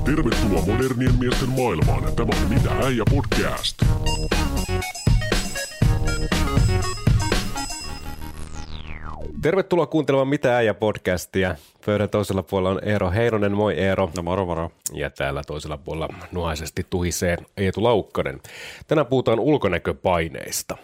Tervetuloa modernien miesten maailmaan. Tämä on Mitä äijä podcast. Tervetuloa kuuntelemaan Mitä äijä podcastia. Pöydän toisella puolella on Eero Heinonen. Moi Eero. No moro. Ja täällä toisella puolella nuhaisesti tuhisee Eetu Laukkanen. Tänään puhutaan ulkonäköpaineista.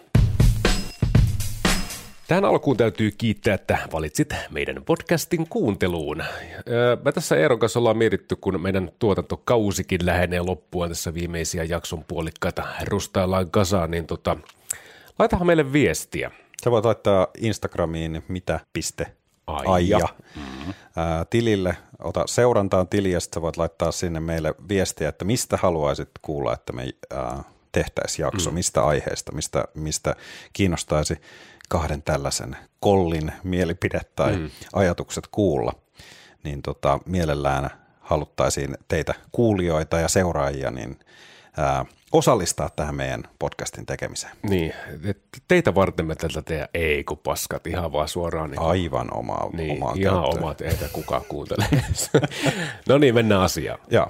Tähän alkuun täytyy kiittää, että valitsit meidän podcastin kuunteluun. Me tässä Eeron kanssa ollaan mietitty, kun meidän tuotantokausikin lähenee loppuun tässä viimeisiä jakson puolikkaita rustaillaan kasaan, niin laitahan meille viestiä. Sä voit laittaa Instagramiin mitä.aija tilille, ota seurantaan tili ja sitten sä voit laittaa sinne meille viestiä, että mistä haluaisit kuulla, että me tehtäisiin jakso, mistä aiheesta, mistä kiinnostaisi kahden tällaisen kollin mielipide tai ajatukset kuulla, niin mielellään haluttaisiin teitä kuulijoita ja seuraajia niin osallistaa tähän meidän podcastin tekemiseen. Niin, teitä varten me tältä tehdään ei kun paskat, ihan vaan suoraan. Niin aivan omaa ihan käyttöön. omat, eikä kukaan kuuntele. No niin, mennään asiaan. Joo.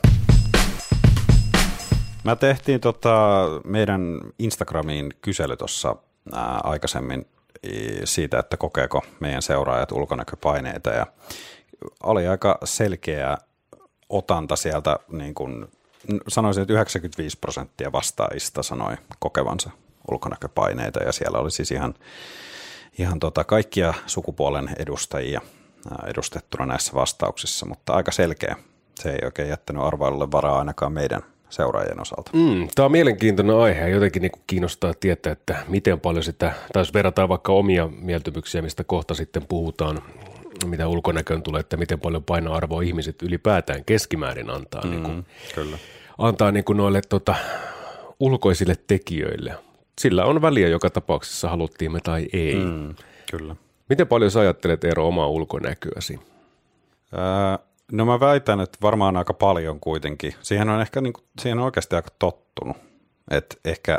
Mä tehtiin meidän Instagramiin kysely tuossa aikaisemmin siitä, että kokeeko meidän seuraajat ulkonäköpaineita, ja oli aika selkeä otanta sieltä, niin kuin sanoisin, että 95% vastaajista sanoi kokevansa ulkonäköpaineita, ja siellä oli siis ihan kaikkia sukupuolen edustajia edustettuna näissä vastauksissa, mutta aika selkeä. Se ei oikein jättänyt arvailulle varaa ainakaan meidän seuraajien osalta. Tämä on mielenkiintoinen aihe ja jotenkin niin kiinnostaa tietää, että miten paljon sitä, tai jos verrataan vaikka omia mieltymyksiä, mistä kohta sitten puhutaan, mitä ulkonäköön tulee, että miten paljon painoarvoa ihmiset ylipäätään keskimäärin antaa, kyllä. Antaa niin kuin noille ulkoisille tekijöille. Sillä on väliä joka tapauksessa, haluttiin me tai ei. Kyllä. Miten paljon sä ajattelet, Eero, omaa ulkonäköäsi? No mä väitän, että varmaan aika paljon kuitenkin. Siihen on ehkä siihen on oikeasti aika tottunut. Että ehkä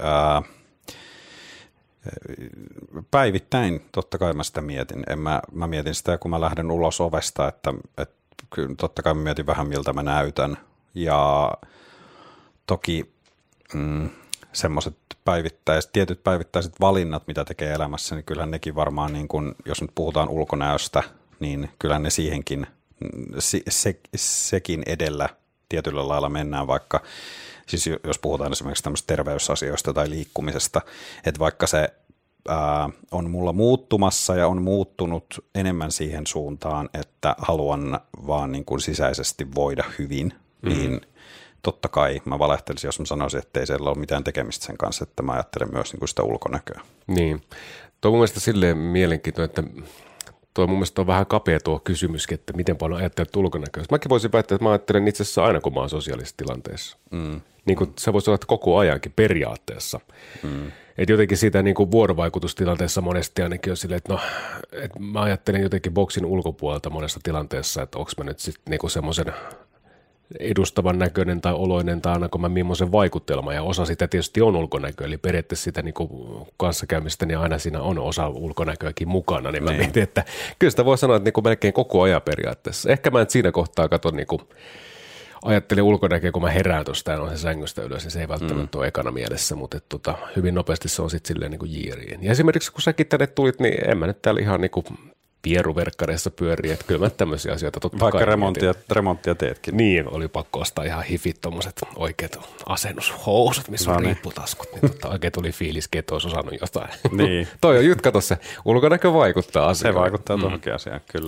päivittäin totta kai mä sitä mietin. Mä mietin sitä, kun mä lähden ulos ovesta, että totta kai mä mietin vähän miltä mä näytän. Ja toki semmoiset tietyt päivittäiset valinnat, mitä tekee elämässä, niin kyllähän nekin varmaan, niin kun, jos nyt puhutaan ulkonäöstä, niin kyllähän ne siihenkin sekin edellä tietyllä lailla mennään, vaikka siis jos puhutaan esimerkiksi tämmöistä terveysasioista tai liikkumisesta, että vaikka se on mulla muuttumassa ja on muuttunut enemmän siihen suuntaan, että haluan vaan niin kuin sisäisesti voida hyvin, niin totta kai mä valehtelisin, jos mä sanoisin, että ei siellä ole mitään tekemistä sen kanssa, että mä ajattelen myös niin kuin sitä ulkonäköä. Niin, tuo mun mielestä silleen mielenkiintoinen, että tuo mun mielestä on vähän kapea tuo kysymyskin, että miten paljon ajattelet ulkonäköä. Mäkin voisin väittää, että mä ajattelen itse asiassa aina, kun mä oon sosiaalisessa tilanteessa. Niin kuin se voisi olla koko ajankin periaatteessa. Että jotenkin siitä niin kuin vuorovaikutustilanteessa monesti ainakin on silleen, että että mä ajattelen jotenkin boksin ulkopuolelta monessa tilanteessa, että onko mä nyt sitten niin semmoisen edustavan näköinen tai oloinen tai annanko mä millaisen vaikutelman, ja osa sitä tietysti on ulkonäkö, eli periaatteessa sitä niin kuin kanssakäymistä, niin aina siinä on osa ulkonäköäkin mukana, niin mä mietin, että kyllä sitä voi sanoa, että niin kuin melkein koko ajan periaatteessa. Ehkä mä en siinä kohtaa katson, niin kuin ajattelen ulkonäköä, kun mä herään tuosta ja nousen sängystä ylös, niin se ei välttämättä ole ekana mielessä, mutta hyvin nopeasti se on sitten silleen niin kuin jiiriin. Ja esimerkiksi kun säkin tänne tulit, niin en mä nyt täällä ihan niin kuin pieruverkkareissa pyörii, että kyllä mä tämmöisiä asioita totta vaikka kai remonttia teetkin. Niin, oli pakko ostaa ihan hifit tommoset oikeat asennushousut, missä on riipputaskut, niin oikein tuli fiiliskin, että olisi osannut jotain. Niin. Toi on kato se ulkonäkö vaikuttaa asiaan. Se vaikuttaa tuohonkin asiaan, kyllä.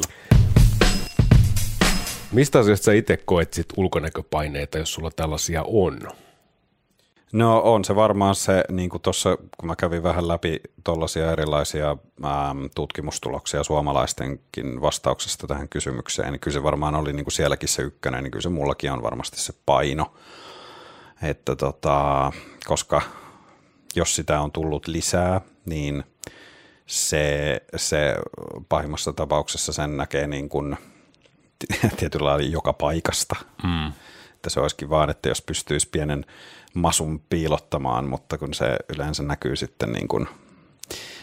Mistä asioista sä itse koet sit ulkonäköpaineita, jos sulla tällaisia on? No on se varmaan se, niin kuin tuossa kun mä kävin vähän läpi tuollaisia erilaisia tutkimustuloksia suomalaistenkin vastauksesta tähän kysymykseen, niin kyllä se varmaan oli niin kuin sielläkin se ykkönen, niin kyllä se mullakin on varmasti se paino, että koska jos sitä on tullut lisää, niin se pahimmassa tapauksessa sen näkee niin kuin tietyllä lailla joka paikasta. Että se olisikin vaan, että jos pystyisi pienen masun piilottamaan, mutta kun se yleensä näkyy sitten niin kuin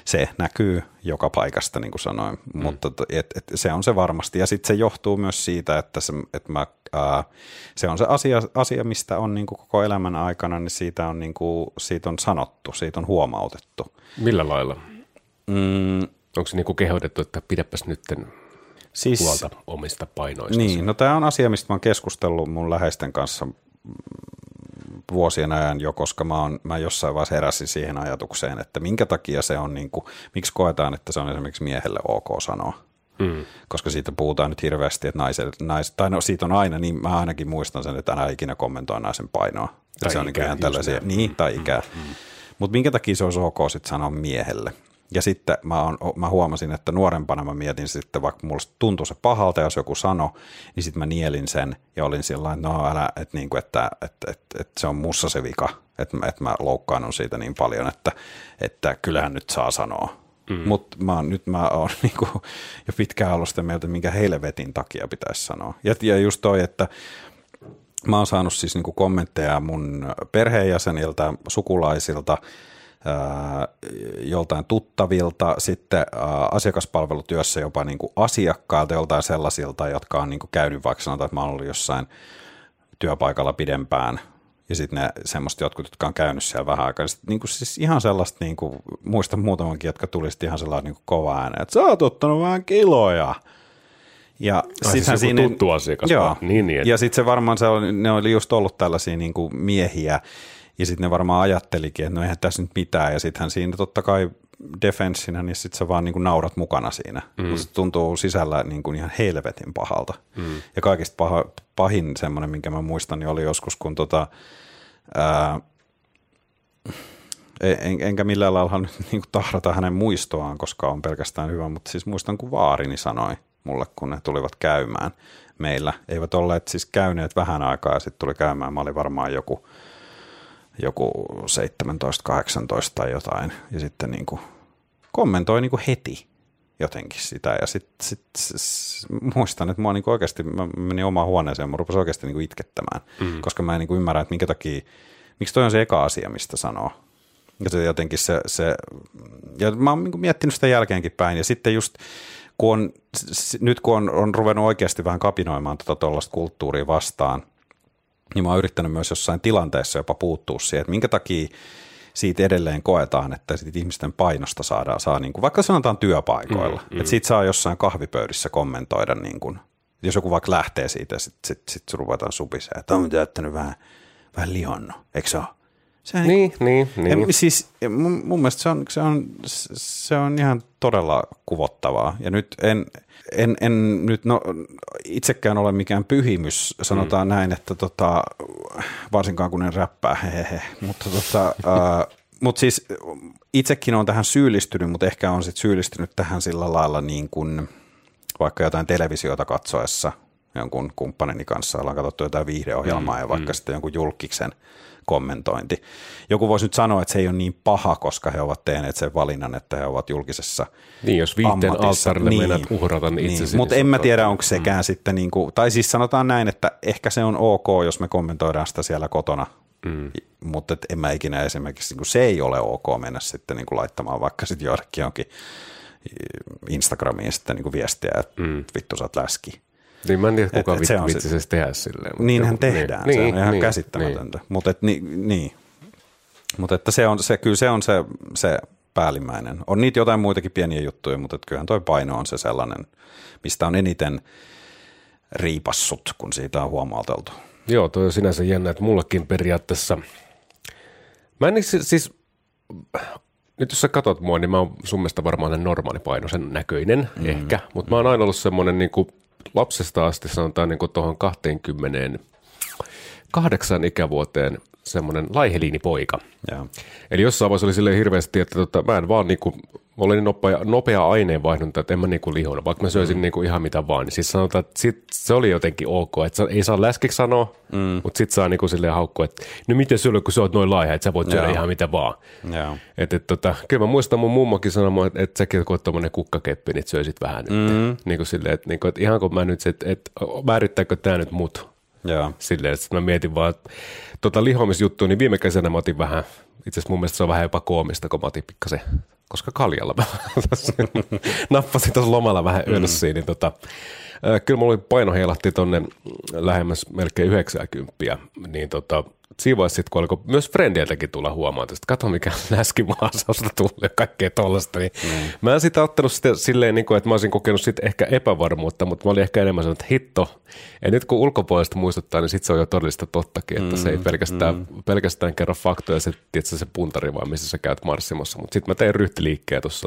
se näkyy joka paikasta, niin kuin sanoin, mutta se on se varmasti. Ja sitten se johtuu myös siitä, että se on se asia, mistä on niin kuin koko elämän aikana, niin siitä on sanottu, siitä on huomautettu. Millä lailla? Onko se niin kuin kehotettu, että pidäpäs nytten huolta omista painoista? Niin, no tämä on asia, mistä mä oon keskustellut mun läheisten kanssa vuosien ajan jo, koska mä jossain vaiheessa heräsin siihen ajatukseen, että minkä takia se on, niin kuin, miksi koetaan, että se on esimerkiksi miehelle ok sanoa. Koska siitä puhutaan nyt hirveästi, että tai no siitä on aina, niin mä ainakin muistan sen, että älä ikinä kommentoi naisen painoa. Tai se on ikää, ihan tällaisia, tai ikää. Mutta minkä takia se olisi ok sitten sanoa miehelle? Ja sitten mä huomasin, että nuorempana mä mietin sitten, vaikka mulla tuntui se pahalta, jos joku sanoi, niin sitten mä nielin sen ja olin sillä tavalla, että se on mussa se vika, että mä loukkaannut siitä niin paljon, että kyllähän nyt saa sanoa. Mutta nyt mä oon niinku jo pitkään ollut sitä mieltä, minkä helvetin takia pitäisi sanoa. Ja just toi, että mä oon saanut siis niinku kommentteja mun perheenjäseniltä, sukulaisilta, joltain tuttavilta, sitten asiakaspalvelutyössä jopa niin kuin asiakkailta, joltain sellaisilta, jotka on niin kuin käynyt, vaikka sanotaan, että mä oon ollut jossain työpaikalla pidempään, ja sitten ne semmoista jotkut, jotka on käynyt siellä vähän aikaa, niin kuin siis ihan sellaista, niin kuin, muistan muutamankin, jotka tuli ihan sellainen niin kuin kova ääne, että sä oot ottanut vähän kiloja. Ja sitten siinä tuttu asiakas. Joo, niin. Ja sitten se varmaan, ne oli just ollut tällaisia niin kuin miehiä, ja sitten ne varmaan ajattelikin, että no eihän tässä nyt mitään, ja sittenhän siinä totta kai defenssinä, niin sitten sä vaan niin kuin naurat mukana siinä. Mutta se tuntuu sisällä niin kuin ihan helvetin pahalta. Ja kaikista pahin semmoinen, minkä mä muistan, niin oli joskus, kun enkä millään lailla nyt niin kuin tahrata hänen muistoaan, koska on pelkästään hyvä, mutta siis muistan, kun vaarini sanoi mulle, kun ne tulivat käymään meillä. Eivät olleet siis käyneet vähän aikaa, ja sitten tuli käymään, mä olin varmaan joku 17, 18 tai jotain, ja sitten niin kuin kommentoi niin kuin heti jotenkin sitä, ja sitten muistan, että mua niin kuin oikeasti, mä menin omaan huoneeseen, mä rupesin oikeasti niin kuin itkettämään, koska mä en niin kuin ymmärrä, että minkä takia, miksi toi on se eka asia, mistä sanoo. Ja se jotenkin ja mä oon niin kuin miettinyt sitä jälkeenkin päin, ja sitten just nyt kun on ruvennut oikeasti vähän kapinoimaan tuollaista kulttuuria vastaan, niin mä oon yrittänyt myös jossain tilanteessa jopa puuttua siihen, että minkä takia siitä edelleen koetaan, että siitä ihmisten painosta saa niin kuin, vaikka sanotaan työpaikoilla, että siitä saa jossain kahvipöydissä kommentoida, niin kuin, jos joku vaikka lähtee siitä, sit ruvetaan supiseen, että on jättänyt vähän lihonnut, eikö se ole? Niin. Siis mun mielestä se on ihan todella kuvottavaa, ja nyt en nyt itsekään ole mikään pyhimys, sanotaan näin, että varsinkaan kun en räppää, mutta siis itsekin on tähän syyllistynyt, mutta ehkä on sitten syyllistynyt tähän sillä lailla niin kuin vaikka jotain televisiota katsoessa jonkun kumppanini kanssa, ollaan katsottu jotain viihdeohjelmaa ja vaikka sitten jonkun julkiksen kommentointi. Joku voisi nyt sanoa, että se ei ole niin paha, koska he ovat tehneet sen valinnan, että he ovat julkisessa niin, jos viihteen alttarille meinaat uhrata itsesi. Mutta en mä tiedä, onko sekään sitten, niin kuin, tai siis sanotaan näin, että ehkä se on ok, jos me kommentoidaan sitä siellä kotona, mutta en mä ikinä esimerkiksi, niin kuin se ei ole ok mennä sitten niin kuin laittamaan vaikka sitten johonkin Instagramiin sitten niin kuin viestiä, että vittu sä oot läski. Niin mä en tiedä, kuka vitsisesti tehdä silleen. Niinhän tehdään, se on ihan käsittämätöntä. Mutta että kyllä se on se päällimmäinen. On niitä jotain muitakin pieniä juttuja, mutta kyllähän toi paino on se sellainen, mistä on eniten riipassut, kun siitä on huomauteltu. Joo, toi on sinänsä jännä, että mullakin periaatteessa, mä en siis, nyt jos sä katot mua, niin mä oon sun mielestä varmaan normaalipainoisen näköinen ehkä, mutta mä oon aina ollut semmoinen niin kuin lapsesta asti sanotaan niin kuin tuohon 28 ikävuoteen semmoinen laiheliinipoika. Ja. Eli jossain vaiheessa oli silleen hirveästi, että mä en vaan niinku, mä olin nopea aineenvaihdunta, että en mä niinku lihonnut, vaikka mä syöisin niinku ihan mitä vaan. Niin siis sanotaan, että se oli jotenkin ok, että ei saa läskiksi sanoa, mutta sit saa niinku silleen haukkua, että no miten sulle, kun sä oot noin laiha, että sä voit syödä ihan mitä vaan. Kyllä mä muistan mun mummokin sanomaan, että säkin kun oot tommonen kukkakeppi, niin syöisit vähän nyt. Niin kuin silleen, että ihan kun mä nyt, että määrittääkö tää nyt mut silleen, että mä mietin vaan, lihomisjuttua, niin viime kesänä mä otin vähän, itse asiassa mun mielestä se on vähän jopa koomista, kun mä otin pikkasen, koska kaljalla mä nappasin tuossa lomalla vähän ölssiin, niin kyllä mulla paino heilahti tonne lähemmäs melkein 90, niin siinä vaiheessa sitten, kun alkoi myös frendeiltäkin tulla huomaan, että kato mikä läskimaasausta tulee ja kaikkea tollaista, niin mä en sitä ottanut silleen, että mä olisin kokenut sitten ehkä epävarmuutta, mutta mä olin ehkä enemmän sanonut, että hitto, ja nyt kun ulkopuolesta muistuttaa, niin sitten se on jo todellista tottakin, että se ei pelkästään kerro faktoja, se puntari vaan, missä sä käyt marssimassa, mutta sitten mä tein ryhtiliikkeen tuossa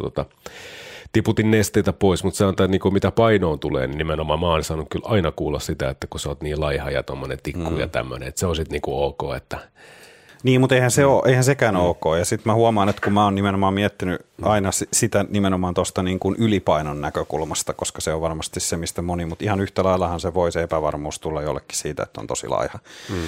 tiputin nesteitä pois, mutta se on tämä, niin mitä painoon tulee, niin nimenomaan mä oon saanut kyllä aina kuulla sitä, että kun sä oot niin laiha ja tommonen tikku ja tämmöinen, että se on sitten niin ok, että... Niin, mutta eihän sekään ole ok. Ja sitten mä huomaan, että kun mä oon nimenomaan miettinyt aina sitä nimenomaan tuosta niin kuin ylipainon näkökulmasta, koska se on varmasti se, mistä moni, mutta ihan yhtä laillahan se voi se epävarmuus tulla jollekin siitä, että on tosi laiha.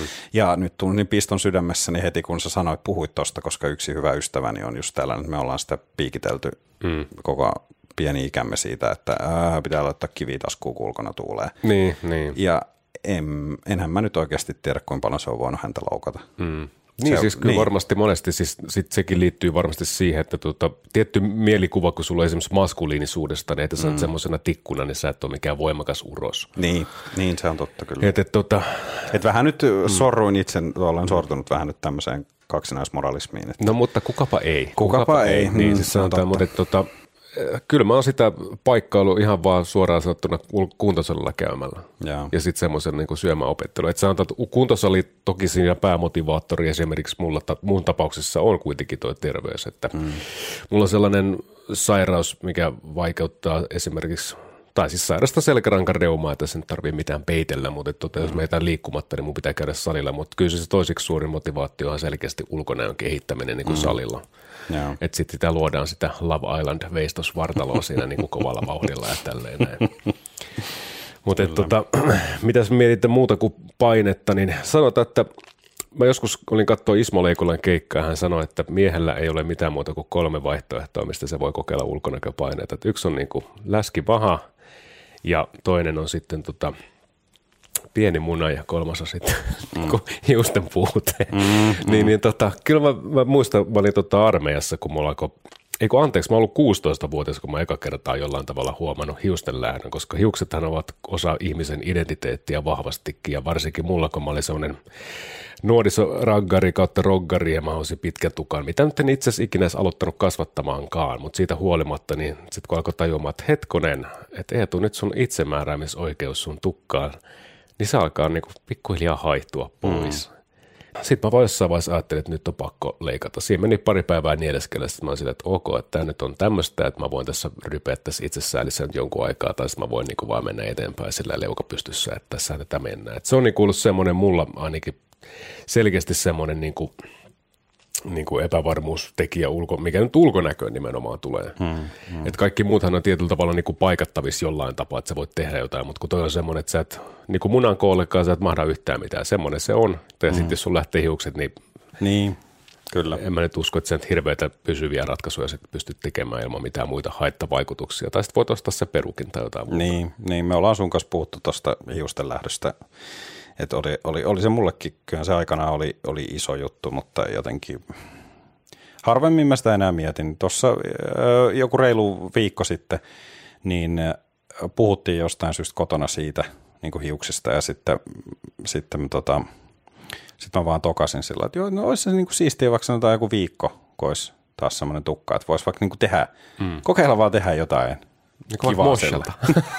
Ja nyt tunnin piston sydämessäni heti, kun sä puhuit tuosta, koska yksi hyvä ystäväni on just täällä, että me ollaan sitä piikitelty koko pieni ikämme siitä, että pitää laittaa kivitaskuun, kun ulkona tuulee. Niin. Ja enhän mä nyt oikeasti tiedä, kuinka paljon se on voinut häntä loukata. Niin, siis kyllä varmasti monesti, siis sit sekin liittyy varmasti siihen, että tietty mielikuva, kun sulla on esimerkiksi maskuliinisuudesta, niin että sä oot semmoisena tikkuna, niin sä et ole mikään voimakas uros. Niin se on totta kyllä. Et vähän nyt sorruin itse, olen sortunut vähän nyt tämmöiseen kaksinaismoralismiin. Että... No mutta kukapa ei. Kukapa ei. Niin, siis sanotaan, mutta kyllä mä oon sitä paikkaillut ihan vaan suoraan sanottuna kuntosalilla käymällä. Ja sitten semmoisen niin syömäopettelu. Että sanotaan, että kuntosali toki siinä päämotivaattori esimerkiksi mun tapauksessa on kuitenkin tuo terveys. Että mulla on sellainen sairaus, mikä vaikeuttaa esimerkiksi, tai siis sairasta selkärankareumaa, että sen tarvii mitään peitellä, mutta jos mä jätän liikkumatta, niin mun pitää käydä salilla. Mutta kyllä se toiseksi suurin motivaatio on selkeästi ulkonäön kehittäminen niin kuin salilla. Että sitten sitä luodaan sitä Love Island-veistosvartaloa siinä niin kuin kovalla vauhdilla ja tälleen näin. Mutta mitäs mietitte muuta kuin painetta, niin sanotaan, että mä joskus olin katsoa Ismo Leikolan keikkaa, hän sanoi, että miehellä ei ole mitään muuta kuin 3 vaihtoehtoa, mistä se voi kokeilla ulkonäköpaineita. Et yksi on niin kuin läskivaha ja toinen on sitten pieni muna ja kolmas on sitten hiusten puute. Kyllä mä muistan, mä olin armeijassa, kun mulla alkoi, mä ollut 16-vuotias, kun mä eka kertaa jollain tavalla huomannut hiusten lähdön, koska hiuksethan ovat osa ihmisen identiteettiä vahvastikin ja varsinkin mulla, kun mä olin sellainen nuorisoraggari kautta roggari ja mä olisin pitkän tukan, mitä nyt en itse asiassa ikinä edes aloittanut kasvattamaankaan, mutta siitä huolimatta, niin sitten kun alkoi tajumaan, että hetkonen, että Eetu, nyt sun itsemääräämisoikeus sun tukkaan, niin se alkaa niinku pikkuhiljaa haihtua pois. Sitten mä jossain vaiheessa ajattelin, että nyt on pakko leikata. Siinä meni pari päivää nieleskellä, sitten mä olin sillä, että ok, että tämä nyt on tämmöistä, että mä voin tässä rypeä tässä itsesäälissä nyt jonkun aikaa, tai sitten mä voin niinku vaan mennä eteenpäin sillä leuka pystyssä, että tässä tätä mennään. Et se on niinku ollut semmoinen mulla ainakin selkeästi semmoinen niinku epävarmuustekijä, mikä nyt ulkonäköön nimenomaan tulee. Että kaikki muuthan on tietyllä tavalla niinku paikattavissa jollain tapaa, että sä voit tehdä jotain, mutta kun toi on semmoinen, että sä et niinku munan koollekaan sä et mahda yhtään mitään. Semmoinen se on. Ja sitten jos sun lähtee hiukset, niin kyllä. En mä nyt usko, että sä nyt hirveitä pysyviä ratkaisuja sit pystyt tekemään ilman mitään muita haittavaikutuksia. Tai sitten voit ostaa se perukin tai jotain muuta. Niin, me ollaan sun kanssa puhuttu tuosta hiusten lähdöstä. Että oli se mullekin, kyllä se aikana oli iso juttu, mutta jotenkin harvemmin mä sitä enää mietin. Tuossa joku reilu viikko sitten, niin puhuttiin jostain syystä kotona siitä niin kuin hiuksista ja sitten mä vaan tokasin sillä, että joo, no olisi se niin kuin siistiä vaikka sanotaan joku viikko, kun olisi taas semmoinen tukka, että voisi vaikka niin kuin kokeilla vaan tehdä jotain. Kivaa sieltä.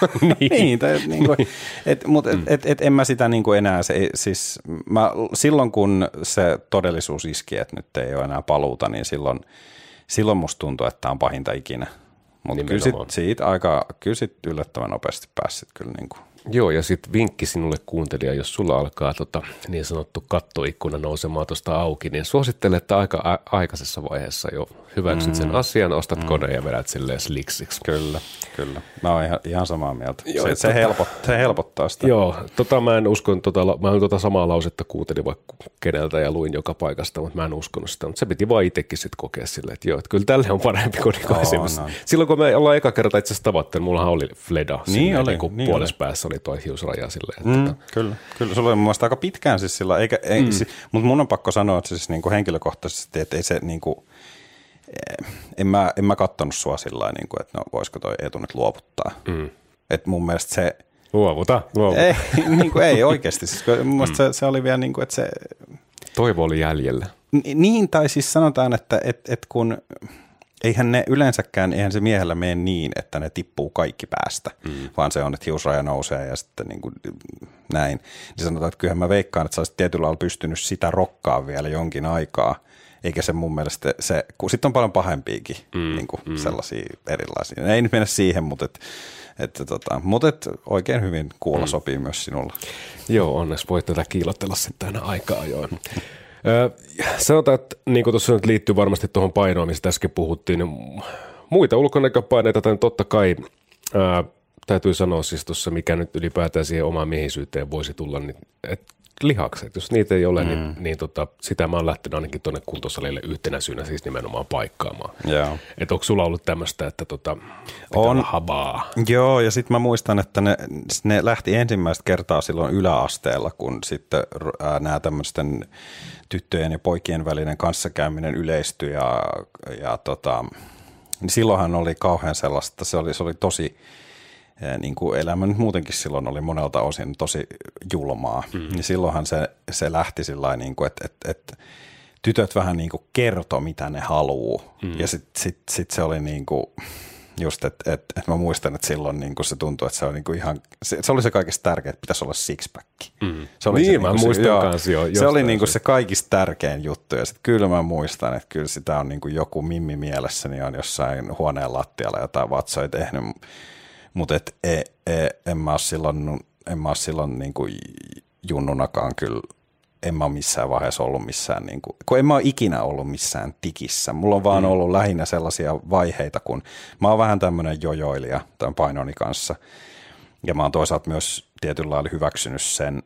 Mutta en mä sitä niin kuin enää, silloin kun se todellisuus iski, että nyt ei ole enää paluuta, niin silloin musta tuntuu, että tämä on pahinta ikinä. Mutta kyllä sit yllättävän nopeasti pääsit kyllä niin kuin. Joo, ja sitten vinkki sinulle kuuntelija, jos sulla alkaa niin sanottu kattoikkuna nousemaan tuosta auki, niin suosittelen, että aika aikaisessa vaiheessa jo hyväksyt sen asian, ostat koneen ja vedät silleen sliksiksi. Kyllä. Mä oon ihan samaa mieltä. Joo, se helpottaa sitä. Joo, mä en uskon, mä samaa lausetta kuuntelin vaikka keneltä ja luin joka paikasta, mutta mä en uskonut sitä, mutta se piti vaan itsekin sitten kokea silleen, että joo, että kyllä tälle on parempi kuin esimerkiksi. Silloin kun me ollaan eka kerta itse asiassa tavattu, mullahan oli fleda, niin puolessa päässä oli oli toi hiusraja silleen. Kyllä, sulla oli mun mielestä aika pitkään siis sillä, mutta mun on pakko sanoa, että siis niin kuin henkilökohtaisesti, että ei se niin kuin, en mä kattonut sua sillä niin kuin, että no voisiko toi Eetu nyt luovuttaa. Että mun mielestä se... Luovuta. Ei, niin kuin, ei oikeasti. Siis, mun mielestä se oli vielä niin kuin, että se... Toivo oli jäljellä. Niin, tai siis sanotaan, että kun... Eihän ne yleensäkään, eihän se miehellä mene niin, että ne tippuu kaikki päästä, vaan se on, että hiusraja nousee ja sitten niin kuin näin. Niin sanotaan, että kyllähän mä veikkaan, että sä olisit tietyllä lailla pystynyt sitä rokkaa vielä jonkin aikaa, eikä se mun mielestä, sitten on paljon pahempiakin niin kuin sellaisia erilaisia. Ei nyt mennä siihen, mutta oikein hyvin kuulla sopii myös sinulla. Joo, onneksi voit tätä kiilotella sitten aina aikaa ajoin. Sanotaan, että niin kuin tuossa nyt liittyy varmasti tuohon painoon, mistä äsken puhuttiin, niin muita ulkonäköpaineita, tai totta kai täytyy sanoa siis tuossa, mikä nyt ylipäätään siihen omaan miehisyyteen voisi tulla, niin että lihakset, jos niitä ei ole, niin sitä mä oon lähtenyt ainakin tuonne kuntosalille yhtenä syynä siis nimenomaan paikkaamaan. Että onko sulla ollut tämmöistä, että on habaa? Joo, ja sitten mä muistan, että ne lähti ensimmäistä kertaa silloin yläasteella, kun sitten nämä tämmöisten tyttöjen ja poikien välinen kanssakäyminen yleistyi niin silloinhan oli kauhean sellaista, se oli tosi, niin kuin elämä nyt muutenkin silloin oli monelta osin tosi julmaa, niin silloinhan se lähti sillä niin kuin, että tytöt vähän niin kuin kertoi, mitä ne haluaa, ja sitten se oli niin kuin, just, että mä muistan, että silloin niin kuin se tuntui, että se oli niin kuin ihan, se oli se kaikista tärkein, että pitäisi olla sixpacki. Se oli niin, mä muistan kanssa jo. Se oli niin kuin se kaikista tärkein juttu, ja sitten kyllä mä muistan, että kyllä sitä on niin kuin joku mimmi mielessäni on jossain huoneen lattialla jotain vatsoja tehnyt, mutta en mä ole silloin niin kuin junnunakaan kyllä, en mä ole missään vaiheessa ollut missään, niin kuin, kun en mä ole ikinä ollut missään tikissä. Mulla on vaan ollut lähinnä sellaisia vaiheita, kun mä oon vähän tämmöinen jojoilija tämän painoni kanssa. Ja mä oon toisaalta myös tietyllä lailla hyväksynyt sen,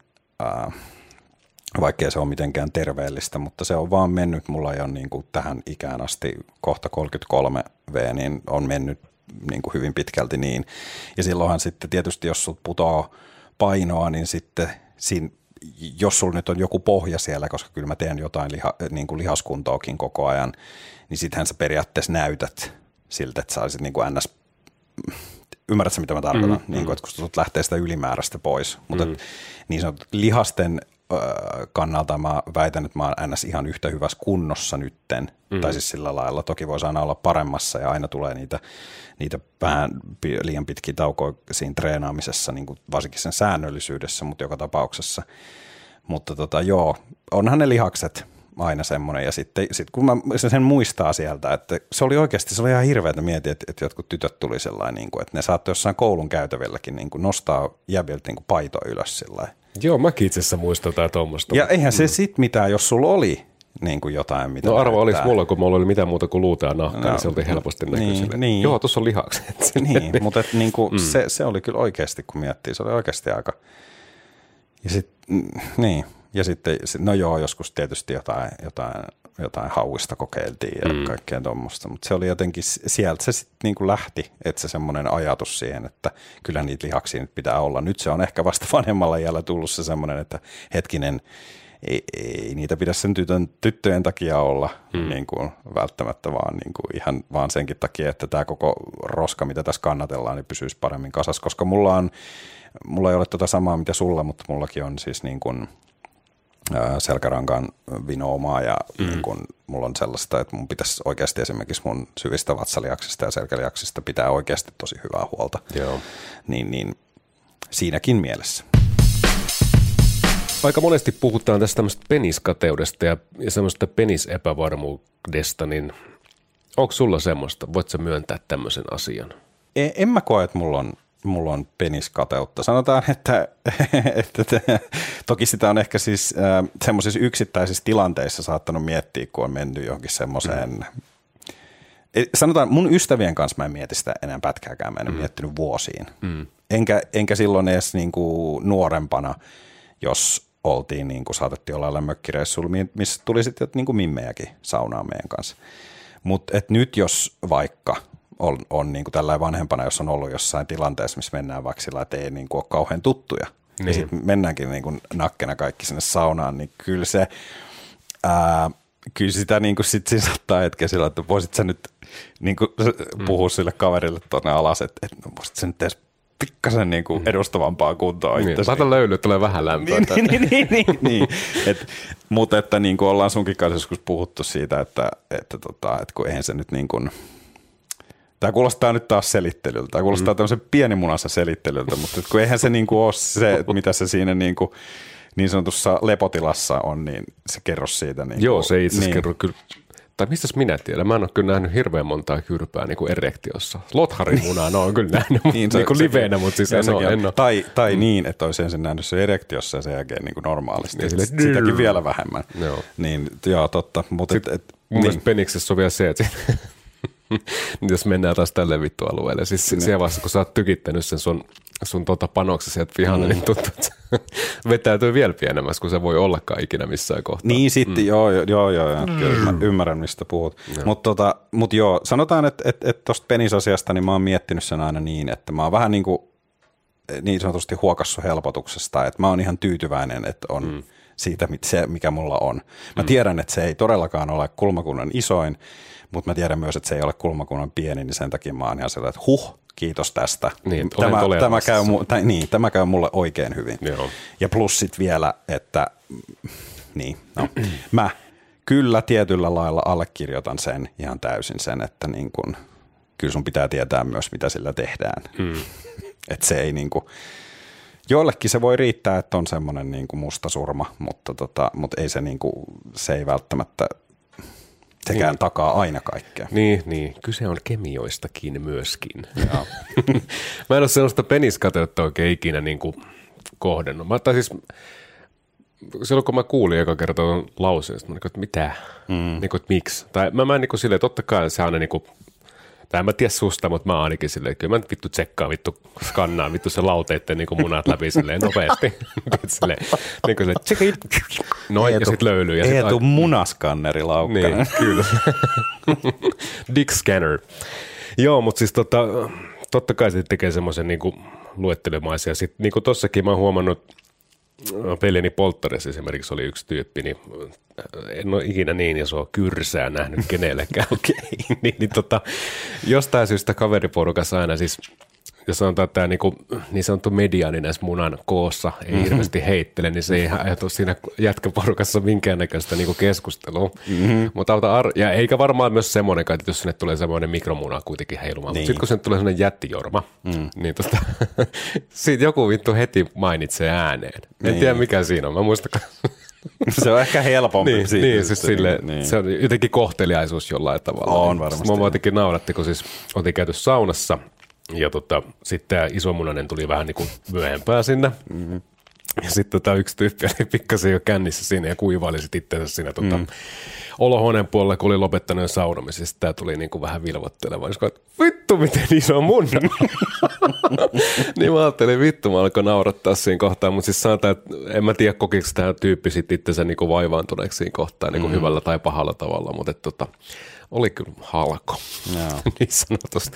vaikkei se ole mitenkään terveellistä, mutta se on vaan mennyt, mulla ei ole niin kuin tähän ikään asti, kohta 33 V, niin on mennyt niin kuin hyvin pitkälti niin. Ja silloinhan sitten tietysti, jos sut putoaa painoa, niin sitten siinä, jos sulla nyt on joku pohja siellä, koska kyllä mä teen jotain niin kuin lihaskuntoakin koko ajan, niin sittenhän sä periaatteessa näytät siltä, että sä olisit niin kuin ns. Ymmärrätkö, mitä mä tarkoitan? Niin kuin, että kun sut lähtee sitä ylimääräistä pois. Mutta niin sanotut lihasten kannalta mä väitän, että mä oon ns. Ihan yhtä hyvässä kunnossa nytten. Tai siis sillä lailla. Toki voisi aina olla paremmassa ja aina tulee niitä vähän liian pitkiä taukoja siinä treenaamisessa, niin kuin varsinkin sen säännöllisyydessä, mutta joka tapauksessa. Mutta joo, onhan ne lihakset aina semmoinen. Ja sitten kun mä sen muistaa sieltä, että se oli ihan hirveätä miettiä, että jotkut tytöt tuli sellainen, niin kuin, että ne saattoi jossain koulun käytävilläkin niin kuin nostaa jäbiltä niin kuin paito ylös sellainen. Joo, mäkin itse asiassa muistan jotain tuommoista. Ja eihän se sit mitään, jos sulla oli niin kuin jotain, mitä no arvo oliko mulla, kun mulla oli mitään muuta kuin luuta ja nahkaa, niin se oli helposti näkyy niin. Joo, tuossa on lihakset. Niin, mutta niin kuin se oli kyllä oikeasti, kun miettii, se oli oikeasti aika. Ja sitten, no joo, joskus tietysti jotain hauista kokeiltiin ja kaikkea tuommoista, mutta se oli jotenkin, sieltä se sitten niin kuin lähti, että se semmoinen ajatus siihen, että kyllä niitä lihaksia nyt pitää olla. Nyt se on ehkä vasta vanhemmalla iällä tullut se semmoinen, että hetkinen, ei niitä pidä sen tyttöjen takia olla niin kuin välttämättä, vaan, niin kuin ihan vaan senkin takia, että tämä koko roska, mitä tässä kannatellaan, niin pysyisi paremmin kasassa, koska mulla ei ole tota samaa, mitä sulla, mutta mullakin on siis niin kuin selkärankan vinoumaa ja niin kun mulla on sellaista, että mun pitäisi oikeasti esimerkiksi mun syvistä vatsalihaksista ja selkälihaksista pitää oikeasti tosi hyvää huolta. Joo. Niin siinäkin mielessä. Aika monesti puhutaan tästä tämmöistä peniskateudesta ja semmoista penisepävarmuudesta, niin onko sulla semmoista? Voit sä myöntää tämmöisen asian? En mä koe, että mulla on peniskateutta. Sanotaan, että toki sitä on ehkä siis semmoisissa yksittäisissä tilanteissa saattanut miettiä, kun on mennyt johonkin semmoiseen. Sanotaan, mun ystävien kanssa mä en mieti sitä enää pätkääkään, mä en ole miettinyt vuosiin. Enkä silloin edes niin kuin nuorempana, jos oltiin, niin kuin saatettiin olla mökkireissuilla, missä tuli sitten niin kuin mimmejäkin saunaan meidän kanssa. Mutta nyt jos vaikka on niin kuin tällainen vanhempana, jos on ollut jossain tilanteessa, missä mennään vaikka sillä, että ei niin kuin ole kauhean tuttuja. Niin. Ja sitten mennäänkin niin kuin nakkena kaikki sinne saunaan, niin kyllä se, kyllä sitä niin kuin sit siinä saattaa hetken sillä, että voisit sä nyt niin kuin puhua sille kaverille tuonne alas, että voisit sä nyt edes pikkasen niin kuin edustavampaa kuntoa. Niin, laita löyly, tulee vähän lämpöä. Niin. Mutta että niin kuin ollaan sunkin kanssa joskus puhuttu siitä, että kun eihän se nyt niin kuin, tämä kuulostaa nyt taas selittelyltä, tämä kuulostaa tämmöisen pienimunassa selittelyltä, mutta kun eihän se niin kuin ole se, mitä se siinä niin sanotussa lepotilassa on, niin se kerro siitä. Niin joo, se itse asiassa kerro kyllä. Tai mistäs minä tiedän? Mä en ole kyllä nähnyt hirveän montaa kyrpää niin kuin erektiossa. Lotharin munaa on kyllä nähnyt niin kuin liveenä, mutta siis en ole. Tai niin, että olisi ensin nähnyt se erektiossa ja sen jälkeen niin kuin normaalisti. Sitäkin vielä vähemmän. Joo. Niin, joo, totta. Mutta mun mielestä peniksessä on vielä se, että jos mennään taas tälle vittualueelle. Siis siellä vaiheessa, kun sä oot tykittänyt sen sun panoksen sieltä pihalle, niin tuntuu, että vetäytyy vielä pienemmässä, kun se voi ollakaan ikinä missään kohtaa. Niin sitten, joo, kyllä mä ymmärrän, mistä puhut. Mutta joo, sanotaan, että tuosta penisasiasta, niin mä oon miettinyt sen aina niin, että mä oon vähän niin sanotusti huokassut helpotuksesta, että mä oon ihan tyytyväinen, että on siitä se, mikä mulla on. Mä tiedän, että se ei todellakaan ole kulmakunnan isoin, mutta mä tiedän myös, että se ei ole kulmakunnan pieni, niin sen takia mä oon ihan sellainen, että kiitos tästä. Niin, tämä käy mulle oikein hyvin. Joo. Ja plus sit vielä, että mä kyllä tietyllä lailla allekirjoitan sen ihan täysin sen, että niin kun, kyllä sun pitää tietää myös, mitä sillä tehdään. Että se ei niin kuin, joillekin se voi riittää, että on semmoinen niin kuin musta surma, mutta ei se, niin kuin, se ei välttämättä sekään takaa aina kaikkea. Niin. Kyse on kemioistakin myöskin. Mä en ole sellaista peniskateutta oikein ikinä niin kuin kohdennut. Silloin kun mä kuulin joka kerta tuon lauseen, mä että mitä? Niin kuin, että miksi? Tai mä niin kuin silleen, totta kai se aina niin kuin, tai en mä tiedä susta, mutta mä ainakin silleen, kyllä mä nyt vittu tsekkaan, skannaan se lauteitten niin kuin munat läpi silleen nopeasti. Silleen, niin kuin silleen, noin, ja sitten löylyy. Eetu munaskanneri Laukkanen. Niin, kyllä. Dick scanner. Joo, mutta siis totta kai se tekee semmoisen niin kuin luettelemaisia. Sitten niin kuin tossakin mä oon huomannut, veljeni polttareissa esimerkiksi oli yksi tyyppi, niin en ole ikinä niin isoa kyrsää nähnyt kenellekään. Jostain syystä kaveriporukassa aina siis, jos sanotaan, että tämä niin sanottu mediaani näissä munan koossa ei hirveästi heittele, niin se ei ajatu siinä jätkäporukassa minkäännäköistä niin keskustelua. Ja eikä varmaan myös semmoinenkaan, että jos sinne tulee semmoinen mikromuna kuitenkin heilumaan. Niin. Mutta sitten kun sinne tulee semmoinen jättijorma, niin siitä joku vittu heti mainitsee ääneen. En tiedä mikä siinä on, mä muistakaan. Se on ehkä helpompi. Se on jotenkin kohteliaisuus jollain tavalla. On varmasti. Mua jotenkin nauratti, kun siis oltiin käyty saunassa ja sitten tämä isomunainen tuli vähän niin kuin myöhempää sinne. Ja sitten tämä yksi tyyppi oli pikkasen jo kännissä siinä ja kuivaili sitten itseänsä siinä olohuoneen puolella, kun oli lopettanut jo saunomisen. Sitten tämä tuli niin kuin vähän vilvotteleva. Niin että vittu, miten iso munna. Niin mä ajattelin, vittu, mä alkoin naurattaa siinä kohtaa. Mutta siis sanotaan, että en mä tiedä, kokiko tämä tyyppi sitten itsensä niin kuin vaivaantuneeksi siinä kohtaa niin kuin hyvällä tai pahalla tavalla. Mutta oli kyllä halko, niin sanotusti.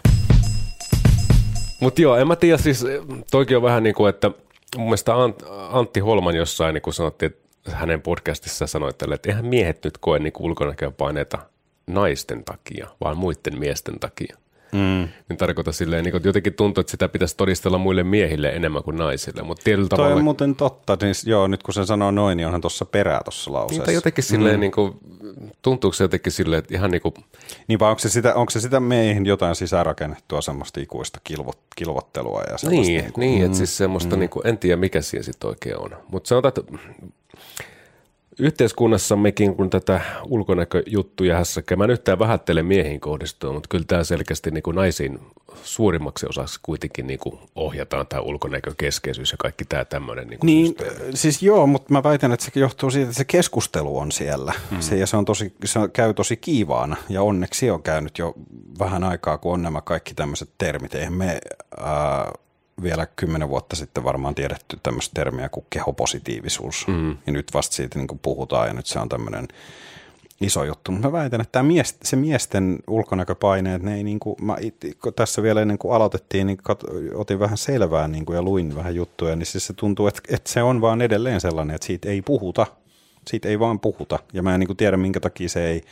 Mutta joo, en mä tiedä, siis toikin on vähän niin kuin, että mun mielestä Antti Holman jossain, niin kuin sanottiin, että hänen podcastissaan sanoi tälle, että eihän miehet nyt koe niin ulkonäköpaineita naisten takia, vaan muiden miesten takia. Niin tarkoitan silleen, niin jotenkin tuntuu, että sitä pitäisi todistella muille miehille enemmän kuin naisille, mutta tietyllä tavalla... Toi on muuten totta, niin joo, nyt kun sen sanoo noin, niin onhan tuossa perää tuossa lauseessa. Niin, jotenkin silleen, niin kuin, tuntuuko se jotenkin silleen, että ihan niin kuin... Niin, vai onko se sitä meihin jotain sisäänrakennettua semmoista ikuista kilvottelua ja semmoista... Niin, että siis semmoista, niin kuin, en tiedä mikä siinä sitten oikein on, mutta sanotaan, että... Yhteiskunnassammekin, kun tätä ulkonäköjuttuja hässäkään, mä en yhtään vähättele miehiin kohdistua, mutta kyllä tämä selkeästi niin kuin naisiin suurimmaksi osaksi kuitenkin niin kuin ohjataan tämä ulkonäkökeskeisyys ja kaikki tämä tämmöinen. Niin, siis joo, mutta mä väitän, että se johtuu siitä, että se keskustelu on siellä ja se käy tosi kiivaana ja onneksi on käynyt jo vähän aikaa, kun on nämä kaikki tämmöiset termit. Eihän me... vielä 10 vuotta sitten varmaan tiedetty tämmöistä termiä kuin kehopositiivisuus. Ja nyt vasta siitä niin kuin puhutaan ja nyt se on tämmöinen iso juttu. Mä väitän, että se miesten ulkonäköpaineet, ne ei tässä vielä ennen kuin aloitettiin, niin otin vähän selvää ja luin vähän juttuja, niin siis se tuntuu, että se on vaan edelleen sellainen, että siitä ei puhuta. Siitä ei vaan puhuta. Ja mä en tiedä, minkä takia se ei,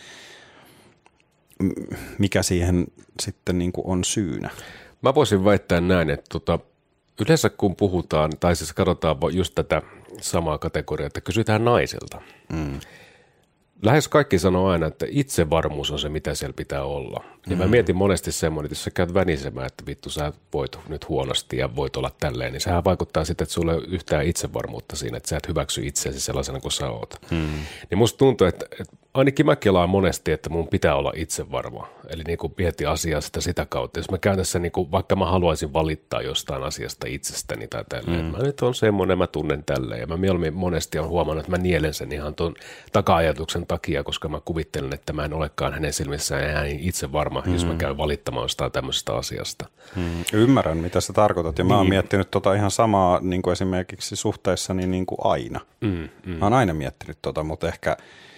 mikä siihen sitten on syynä. Mä voisin väittää näin, että yleensä kun puhutaan, tai siis katsotaan just tätä samaa kategoriaa, että kysytään naiselta. Lähes kaikki sanoo aina, että itsevarmuus on se, mitä siellä pitää olla. Ja mä mietin monesti semmoinen, että jos sä käyt vänisemään, että vittu sä voit nyt huonosti ja voit olla tälleen, niin sehän vaikuttaa sitten, että sulla ei ole yhtään itsevarmuutta siinä, että sä et hyväksy itseäsi sellaisena kuin sä oot. Niin musta tuntuu, että ainakin mä kelaan monesti, että mun pitää olla itsevarma. Eli niin kuin mieti asiaa sitä kautta. Jos mä käyn tässä, vaikka mä haluaisin valittaa jostain asiasta itsestäni tai tälleen, mä nyt on semmoinen, mä tunnen tälleen. Ja mä mieluummin monesti on huomannut, että mä nielen sen ihan tuon taka-ajatuksen takia, koska mä kuvittelen, että mä en olekaan hänen silmissään enää niin itsevarma, jos mä käyn valittamaan jostain tämmöisestä asiasta. Ymmärrän, mitä sä tarkoitat. Ja mä oon miettinyt ihan samaa niin kuin esimerkiksi suhteissani niin kuin aina. Mä oon aina miettinyt mutta ehkä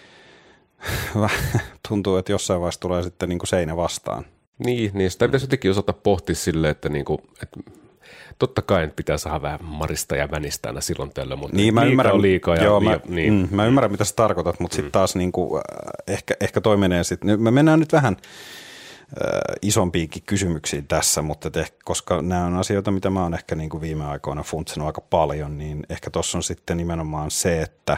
tuntuu, että jossain vaiheessa tulee sitten niin kuin seinä vastaan. Niin sitä pitäisi jotenkin osata pohtia silleen, että totta kai pitää saada vähän marista ja vänistä aina silloin tällöin, mutta liikaa on liikaa. Mä ymmärrän, mitä sä tarkoitat, mutta sitten taas ehkä toi menee sitten. Me mennään nyt vähän isompiinkin kysymyksiin tässä, mutta koska nämä on asioita, mitä mä oon ehkä viime aikoina funtsinut aika paljon, niin ehkä tuossa on sitten nimenomaan se, että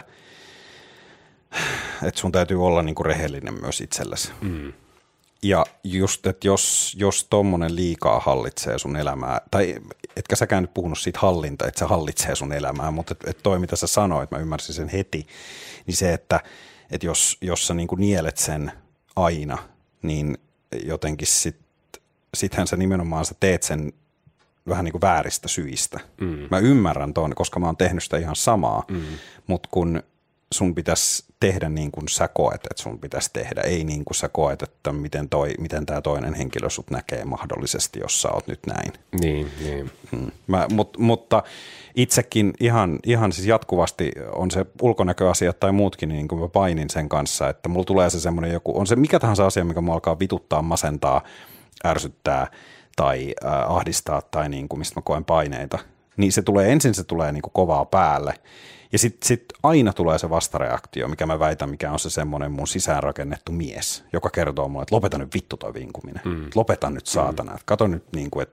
sun täytyy olla rehellinen myös itsellesi. Ja just, että jos tommonen liikaa hallitsee sun elämää, tai etkä säkään nyt puhunut siitä hallinta, että se hallitsee sun elämää, mutta että toi mitä sä sanoit, mä ymmärsin sen heti, niin se, että jos sä nielet sen aina, niin jotenkin sittenhän sä nimenomaan sä teet sen vähän vääristä syistä. Mä ymmärrän ton, koska mä oon tehnyt sitä ihan samaa, mutta kun sun pitäisi tehdä niin kuin sä koet, että sun pitäisi tehdä, ei niin kuin sä koet, että miten tämä toinen henkilö sut näkee mahdollisesti, jos sä oot nyt näin. Niin. Mutta itsekin ihan siis jatkuvasti on se ulkonäköasiat tai muutkin, niin kuin mä painin sen kanssa, että mulla tulee se semmoinen joku, on se mikä tahansa asia, mikä mua alkaa vituttaa, masentaa, ärsyttää tai ahdistaa tai niin kuin, mistä mä koen paineita, niin se tulee niin kuin kovaa päälle. Ja sit aina tulee se vastareaktio, mikä mä väitän, mikä on se semmoinen mun sisäänrakennettu mies, joka kertoo mulle, että lopeta nyt vittu toi vinkuminen. Lopeta nyt saatana. Kato nyt,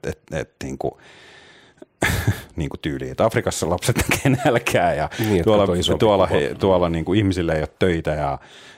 että tyyliin, että Afrikassa lapset näkee nälkää ja niin, tuolla ihmisille ei ole töitä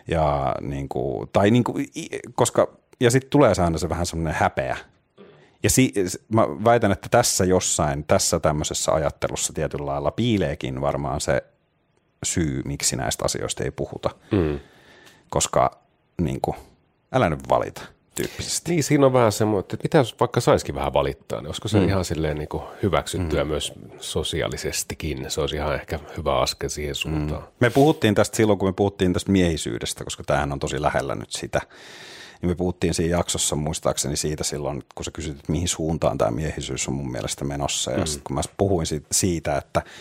ja sitten tulee se aina se vähän semmoinen häpeä. Ja mä väitän, että tässä tämmöisessä ajattelussa tietyllä lailla piileekin varmaan se syy, miksi näistä asioista ei puhuta. Koska älä nyt valita tyyppisesti. Niin, siinä on vähän semmoinen, että mitä jos vaikka saisikin vähän valittaa, niin olisiko se ihan silleen hyväksyttyä myös sosiaalisestikin. Se olisi ihan ehkä hyvä askel siihen suuntaan. Me puhuttiin tästä silloin, kun me puhuttiin tästä miehisyydestä, koska tämähän on tosi lähellä nyt sitä. Niin me puhuttiin siinä jaksossa muistaakseni siitä silloin, kun sä kysyt, että mihin suuntaan tämä miehisyys on mun mielestä menossa. Ja sitten kun mä puhuin siitä,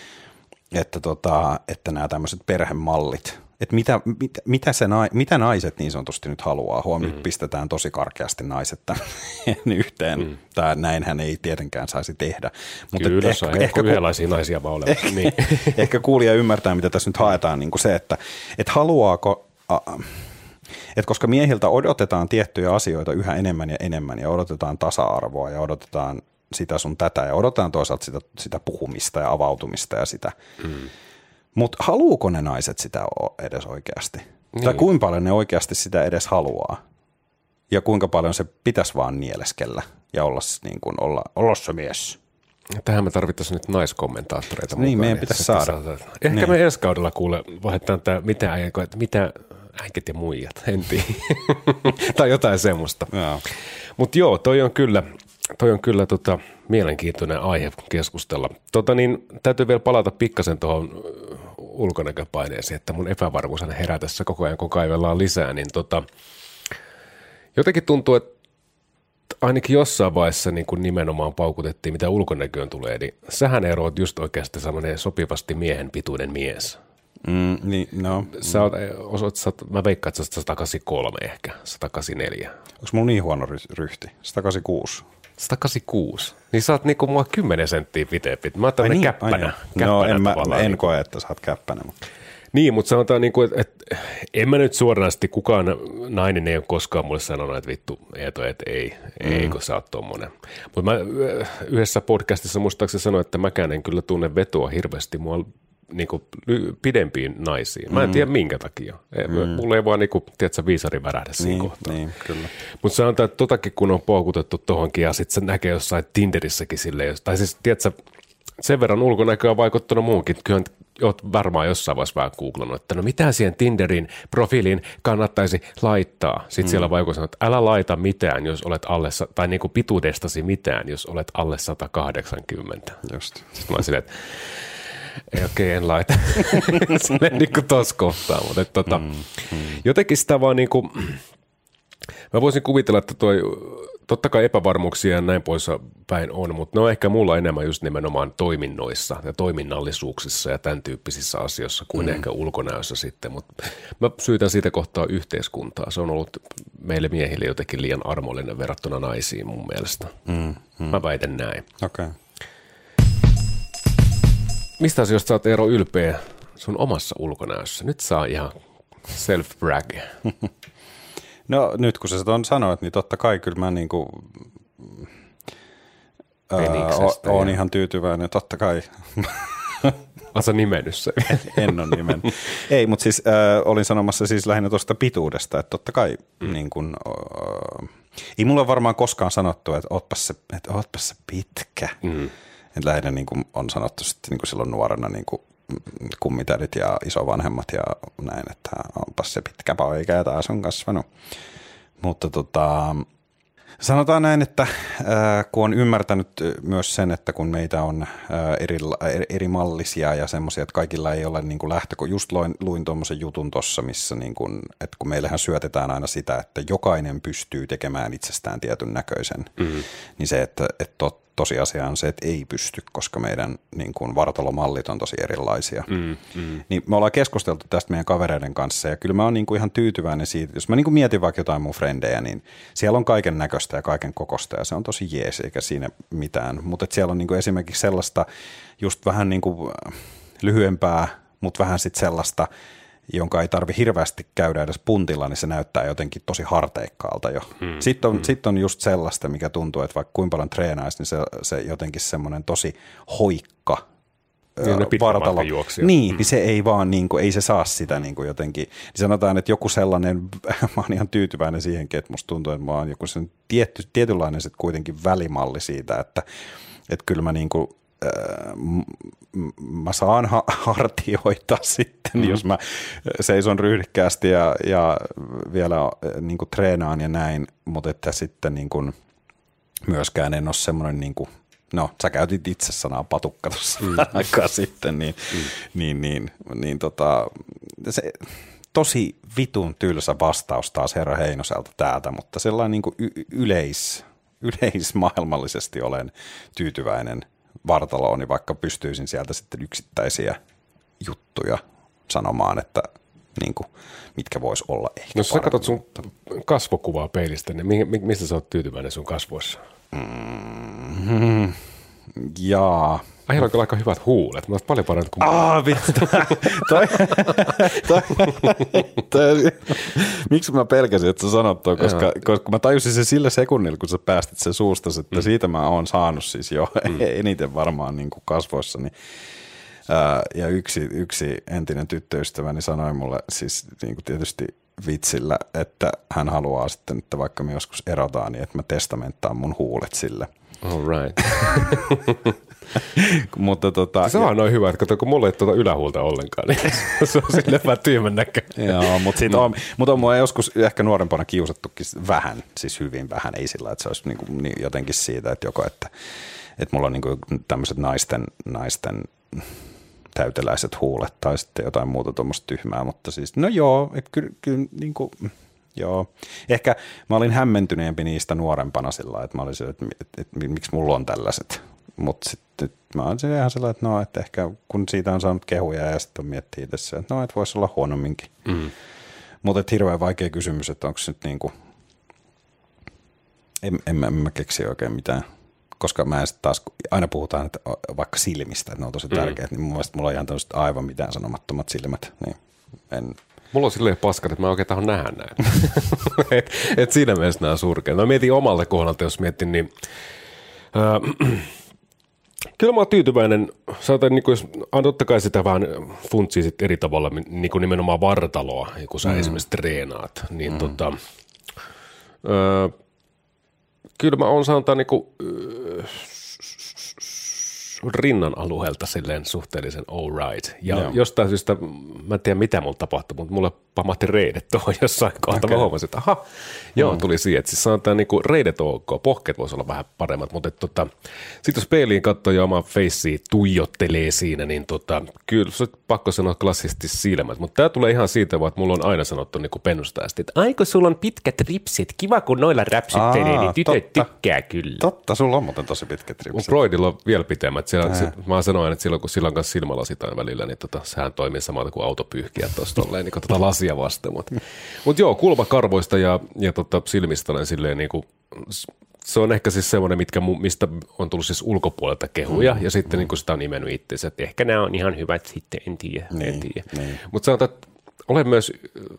että nämä tämmöiset perhemallit, että mitä naiset niin sanotusti nyt haluaa. Nyt pistetään tosi karkeasti naiset yhteen. Näinhän ei tietenkään saisi tehdä. Mutta ehkä yhdenlaisia naisia vaan ole. Ehkä kuulija ymmärtää, mitä tässä nyt haetaan, niin kuin se, että haluaako... Että koska miehiltä odotetaan tiettyjä asioita yhä enemmän ja odotetaan tasa-arvoa ja odotetaan sitä sun tätä ja odotetaan toisaalta sitä puhumista ja avautumista ja sitä. Mutta haluuko ne naiset sitä edes oikeasti? Niin. Tai kuinka paljon ne oikeasti sitä edes haluaa? Ja kuinka paljon se pitäisi vaan nieleskellä ja olla se mies? Tähän me tarvittaisiin nyt naiskommentaattoreita mukaan. Niin, meidän pitäisi saada. Ehkä me ensi kaudella vaihdetaan tämä mitä äiket ja muijat, en tiedä. Tai jotain semmoista. Mutta joo, toi on kyllä mielenkiintoinen aihe keskustella. Täytyy vielä palata pikkasen tuohon ulkonäköpaineeseen, että mun epävarmuus herää tässä koko ajan, kun kaivellaan lisää, niin jotenkin tuntuu, että ainakin jossain vaiheessa niin kun nimenomaan paukutettiin, mitä ulkonäköön tulee, niin sähän eroat just oikeasti sellainen sopivasti miehen pituinen mies. Niin, no. Mä veikkaan, että sä oot 183 ehkä, 184. Onko mulla niin huono ryhti? 186. 186. Niin sä oot niinku mua 10 senttiä pitempi. Mä oon tämmönen käppänä. No en koe, että sä oot käppänä. Niin, mutta sanotaan, että en mä nyt suoranaisesti kukaan nainen ei ole koskaan mulle sanonut, että vittu Eeto, että ei kun sä oot tommonen. Mutta mä yhdessä podcastissa muistaakseni sanoin, että mäkään en kyllä tunne vetoa hirveästi mua niinku pidempiin naisiin. Mä en tiedä minkä takia. Mulla ei vaan niinku, tiedätkö, viisari värähdä siinä kohtaa. Niin, kyllä. Mutta sanotaan, että totakin kun on paukutettu tohonkin ja sitten se näkee jossain Tinderissäkin silleen, tai siis tiedätkö, sen verran ulkonäköä on vaikuttanut muunkin. Kyllä olet varmaan jossain vaiheessa vähän googlannut, että no mitä siihen Tinderin profiiliin kannattaisi laittaa. Sitten siellä vaikuttaa sanoa, että älä laita mitään, jos olet alle, tai niin kuin pituudestasi mitään, jos olet alle 180. Just. Sitten mä oon silleen, että ei okei, en laita. Silleen niin kuin tossa kohtaa, mutta jotenkin sitä vaan niin kuin, mä voisin kuvitella, että totta kai epävarmuuksia ja näin poispäin on, mutta ne on ehkä mulla enemmän just nimenomaan toiminnoissa ja toiminnallisuuksissa ja tämän tyyppisissä asioissa kuin ehkä ulkonäössä sitten, mutta mä syytän siitä kohtaa yhteiskuntaa. Se on ollut meille miehille jotenkin liian armollinen verrattuna naisiin mun mielestä. Mä väitän näin. Okay. Mistä asioista sä oot Eero ylpeä sun omassa ulkonäössä? Nyt saa ihan self-brag. No nyt kun sä ton sanoit, niin totta kai kyllä mä niinku oon ihan tyytyväinen, totta kai. Oot sä nimennyt se? En ole nimennyt. Ei, mutta siis olin sanomassa siis lähinnä tuosta pituudesta, että totta kai niin kun, ei mulla varmaan koskaan sanottu, että ootpas se pitkä. Et lähinnä niin kuin on sanottu sitten niin kuin silloin nuorena niin kuin kummitädit ja isovanhemmat ja näin, että onpas se pitkä poika ja taas on kasvanut. Mutta sanotaan näin, että kun on ymmärtänyt myös sen, että kun meitä on eri mallisia ja semmoisia, että kaikilla ei ole niin kuin just luin tuommoisen jutun tuossa, missä niin kuin, että kun meillähän syötetään aina sitä, että jokainen pystyy tekemään itsestään tietyn näköisen, niin se, että tosiasia on se, että ei pysty, koska meidän niin kuin vartalomallit on tosi erilaisia. Niin me ollaan keskusteltu tästä meidän kavereiden kanssa ja kyllä mä oon niin kuin ihan tyytyväinen siitä. Jos mä niin kuin mietin vaikka jotain mun frendejä, niin siellä on kaiken näköistä ja kaiken kokosta ja se on tosi jees eikä siinä mitään. Mutta siellä on niin kuin esimerkiksi sellaista just vähän niin kuin lyhyempää, mutta vähän sitten sellaista, jonka ei tarvi hirveästi käydä edes puntilla, niin se näyttää jotenkin tosi harteikkaalta jo. Sitten on just sellaista, mikä tuntuu, että vaikka kuinka paljon treenaisi, niin se jotenkin semmoinen tosi hoikka vartalo. Niin se ei vaan, niin kuin, ei se saa sitä niin kuin jotenkin. Niin sanotaan, että joku sellainen, mä oon ihan tyytyväinen siihenkin, että musta tuntuu, että mä oon joku sen tietynlainen sitten kuitenkin välimalli siitä, että kyllä mä niin kuin mä saan hartioita sitten, jos mä seison ryhdikkäästi ja vielä niin kuin treenaan ja näin, mutta että sitten niin kuin myöskään en ole semmoinen, niin kuin, no sä käytit itse sanaa patukka tuossa aikaa sitten, se tosi vitun tylsä vastaus taas herra Heinoselta täältä, mutta sellainen niin kuin yleismaailmallisesti olen tyytyväinen vartalooni, vaikka pystyisin sieltä sitten yksittäisiä juttuja sanomaan, että niin kuin, mitkä vois olla ehkä. No sä katsot sun kasvokuvaa peilistä, niin mistä sä oot tyytyväinen sun kasvoissa? Jaa. Aiheella on kyllä aika hyvät huulet. Mä oon paljon paremmin kuin... vittu. Miksi mä pelkäsin, että sä sanot toi, koska mä tajusin sen sillä sekunnilla, kun sä päästit sen suusta, että siitä mä oon saanut siis jo eniten varmaan niin kuin kasvoissani. Ja yksi entinen tyttöystäväni sanoi mulle siis niin kuin tietysti vitsillä, että hän haluaa sitten, että vaikka me joskus erotaan, niin että mä testamenttaan mun huulet sille. All right. Mutta se on noin hyvä, että kun mulla ei ylähuulta ollenkaan, niin se on silleen vähän tyymän näköinen. Joo, mutta on mua joskus ehkä nuorempana kiusattukin vähän, siis hyvin vähän, ei sillä, että se olisi niin jotenkin siitä, että mulla on niin tämmöiset naisten täyteläiset huulet tai sitten jotain muuta tuommoista tyhmää, mutta siis no joo, että kyllä niin kuin, joo. Ehkä mä olin hämmentyneempi niistä nuorempana sillä, että mä olin että miksi mulla on tällaiset. Mutta sitten mä oon ihan sellainen, että no, että ehkä kun siitä on saanut kehuja ja sitten miettii itse, että no, että voisi olla huonomminkin. Mutta hirveän vaikea kysymys, että onko se nyt niinku, en mä keksi oikein mitään. Koska mä en sitten taas, aina puhutaan että vaikka silmistä, että ne on tosi tärkeät, niin mun mielestä mulla on ihan tämmöiset aivan mitään sanomattomat silmät. Niin mulla on silleen paskat, että mä oikein tahon nähdä näin. et siinä mielessä nämä on surkeat. Mä mietin omalta kohdalta, jos mietin, niin kyllä mä oon tyytyväinen. Sanotaan, niin jos totta kai sitä vähän funtsii sit eri tavalla, niin kuin nimenomaan vartaloa, kun sä esimerkiksi treenaat, niin kyllä mä oon sanotaan niinku rinnan alueelta silleen suhteellisen all right. Ja jostain syystä, mä en tiedä mitä mulla tapahtui, mutta mulle pamahti reidet tuohon jossain kohtaa. Mä huomasin, että tuli siihen. Että siis sanotaan niinku reidet ok, pohkeet voisi olla vähän paremmat, mutta sitten jos peiliin katsoo ja omaa facea tuijottelee siinä, niin kyllä se on pakko sanoa klassisesti silmät. Mutta tää tulee ihan siitä, että mulla on aina sanottu niinku pennustaasti, että aiko sulla on pitkät ripsit, kiva kun noilla räpsyttelee, niin tytöt tykkää kyllä. Totta, sulla on muuten tosi pitkät ripsit. Mun Broidilla on vielä pitemmät. Mä sanoin, että silloin kun sillä on kanssa silmälasit aina välillä, niin sehän toimii samalta kuin autopyyhkiä tuosta tolleen, niin lasia vasten. Mutta joo, kulmakarvoista ja silmistä olen silleen niinku, se on ehkä siis semmoinen, mistä on tullut siis ulkopuolelta kehuja ja sitten niinku sitä on nimennyt itseensä, että ehkä nämä on ihan hyvät sitten, en tiedä. Mutta sanotaan, että olen myös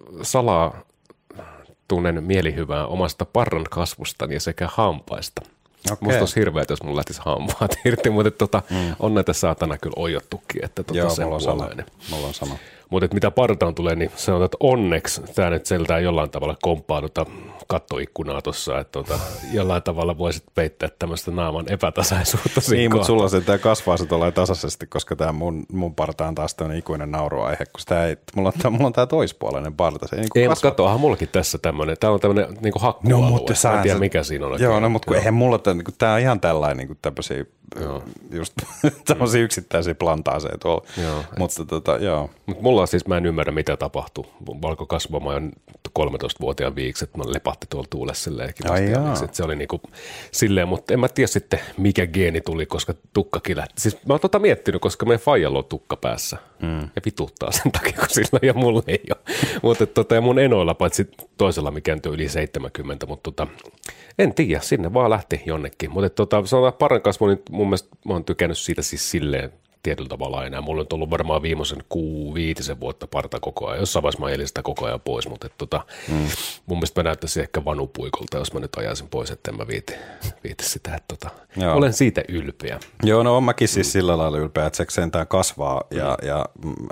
tunnen mielihyvää omasta parran kasvustani sekä hampaista. Okay. Musta olisi hirveä, jos mun lähtisi hampaat irti, mutta on näitä saatana kyllä oijottukin, että sen puoleen. Mulla on sama. Mutta mitä partaan tulee, niin sanotaan, että onneksi tämä nyt seltään jollain tavalla komppaa kattoikkunaa tuossa, että jollain tavalla voisit peittää tämmöistä naaman epätasaisuutta. Niin, mutta sulla se tämä kasvaa se tuollain tasaisesti, koska tämä mun parta on taas tämmöinen ikuinen nauruaihe, kun mulla on tämä toispuolinen parta. Se ei niin mutta katsoahan mullakin tässä tämmöinen, tämä on tämmöinen niin hakkualue, mä en tiedä mikä siinä on. Joo, no mutta kun eihän mulla, tämä on ihan tällainen niin tämmöisiä, just tämmöisiä yksittäisiä plantaaseja tuolla, mutta joo. Mutta mulla siis mä en ymmärrä, mitä tapahtui. Valko kasvamaan jo 13-vuotiaan viiksi, että mä lepahti tuolla tuulessa silleen. Se oli niinku silleen, mutta en mä tiedä sitten, mikä geeni tuli, koska tukkakin lähti. Siis mä oon miettinyt, koska meidän faijalla on tukka päässä. Ja vituttaa sen takia, kun sillä ja mulla ei ole. Mutta ja mun enoilla, paitsi toisella, mikä on yli 70, mutta en tiedä, sinne vaan lähti jonnekin. Mutta sanotaan paran kasvu, niin mun mielestä mä oon tykännyt siitä siis silleen, tietyllä tavalla enää. Mulla on ollut varmaan viimeisen 5 vuotta parta koko ajan. Jossain vaiheessa mä elin sitä koko ajan pois, mutta mun mielestä mä näyttäisin ehkä vanupuikolta, jos mä nyt ajaisin pois, että en mä viiti sitä. Että olen siitä ylpeä. Joo, no on mäkin siis sillä lailla ylpeä, että se sentään kasvaa ja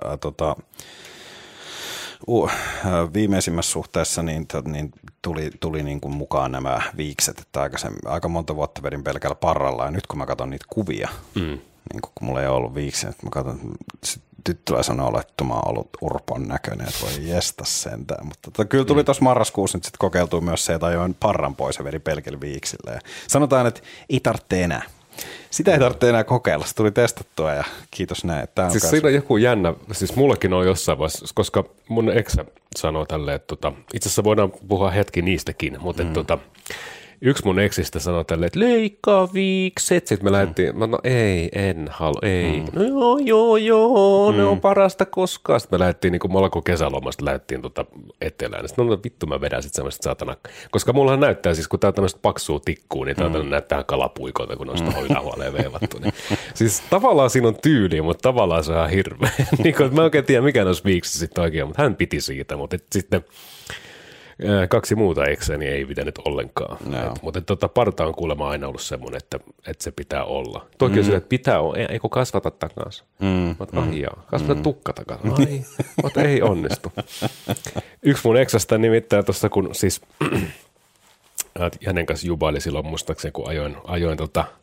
viimeisimmässä suhteessa niin tuli niin kuin mukaan nämä viikset, että aika monta vuotta vedin pelkällä parralla ja nyt kun mä katson niitä kuvia, niin kun mulla ei ollut viiksi, että mä katson, nyt tulee sanoa, että mä oon ollut urpon näköinen, että voi jesta sentään. Mutta kyllä tuli tuossa marraskuussa nyt sitten kokeiltua myös se, että ajoin parran pois ja veri pelkillä viiksillä. Ja sanotaan, että ei tarvitse enää. Sitä ei tarvitse enää kokeilla, se tuli testattua ja kiitos näin. Siis siinä on joku jännä, siis mullakin on jossain vaiheessa, koska mun eksä sanoo tälleen, että itse asiassa voidaan puhua hetki niistäkin, mutta yksi mun eksistä sanoi tälleen, että leikkaa viikset. Sitten me lähdettiin, en halua, ei. No joo, ne on parasta koskaan. Sitten me lähdettiin, niin kuin me alkoi kesälomasta, lähdettiin etelään. Sitten vittu mä vedän sitten semmoista saatana. Koska mullahan näyttää siis, kun tää on tämmöistä paksua tikkuu, niin tää näyttää kalapuikolta, kun noista on ylähuoleen veivattu. Niin. Siis tavallaan siinä on tyyli, mutta tavallaan se on ihan hirveä. Niin kuin, mä oikein tiedä, mikä noissa viiksissä sitten oikein, mutta hän piti siitä, mutta sitten 2 muuta ekseni ei pitänyt ollenkaan. Mutta parta on kuulemma aina ollut semmoinen, että se pitää olla. Toki on sille, että pitää olla, eikö kasvata takaisin. Kasvata tukka takaisin. Mutta ei onnistu. Yksi mun eksästä nimittäin tuossa, kun siis hänen kanssa jubaili silloin muistaakseni, kun ajoin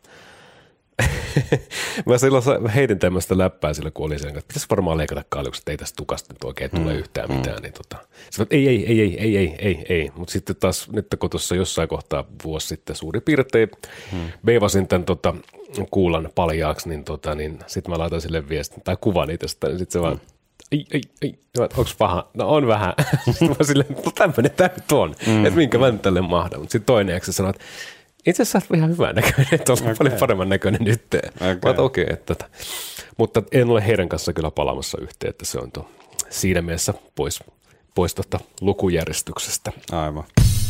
mä silloin heitin tämmöistä läppää sillä, kun oli sen, että pitäisi varmaan leikata kaljukset, että ei tästä tukasta nyt oikein tule yhtään mitään. Niin ei. Mutta sitten taas nyt kun tuossa jossain kohtaa vuosi sitten suurin piirtein veivasin tämän kuulan paljaaksi, niin sitten mä laitan sille viestin tai kuvan itsestä, niin sitten se vaan ei, onko paha? No on vähän. Sitten mä silleen, no tämmöinen tämä nyt on, että minkä mä nyt tälle mahdan. Mutta sitten toinen eksä sanoo, että Itse asiassa olet ihan hyvän näköinen, että olet paljon paremman näköinen nyt. Okei. Mutta en ole heidän kanssa kyllä palaamassa yhteen, että se on siinä mielessä pois lukujärjestyksestä. Aivan.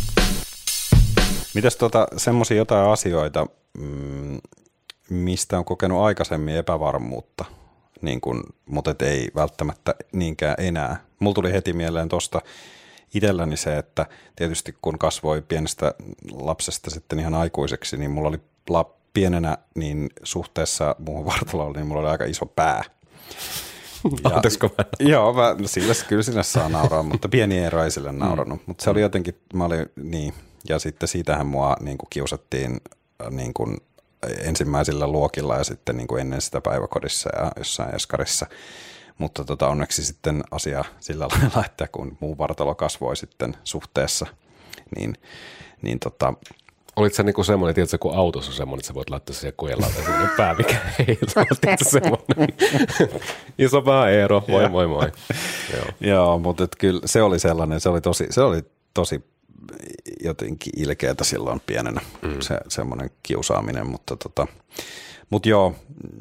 Mitäs semmoisia jotain asioita, mistä on kokenut aikaisemmin epävarmuutta, niin kun, mutta ei välttämättä niinkään enää. Mulla tuli heti mieleen tuosta itselläni se, että tietysti kun kasvoi pienestä lapsesta sitten ihan aikuiseksi, niin mulla oli pienenä niin suhteessa muuhun vartaloon, niin mulla oli aika iso pää. Anteeksi, joo, kyllä sinne saa nauraa, mutta pieni ero ei sille nauranut. Mutta se oli jotenkin, niin, ja sitten siitähän mua niin kuin kiusattiin niin kuin ensimmäisillä luokilla ja sitten niin kuin ennen sitä päiväkodissa ja jossain eskarissa. Mutta onneksi sitten asia sillä lailla, että kun muu vartalo kasvoi sitten suhteessa, niin olit sä niinku semmoinen, tiedätkö, kun autossa on semmoinen, että sä voit laittaa siihen kojelauta semmoinen pää, mikä ei ole semmoinen. Iso pää Eero, moi. Joo, mutta kyllä se oli sellainen, se oli tosi jotenkin ilkeätä silloin pienenä, semmoinen kiusaaminen, mutta joo,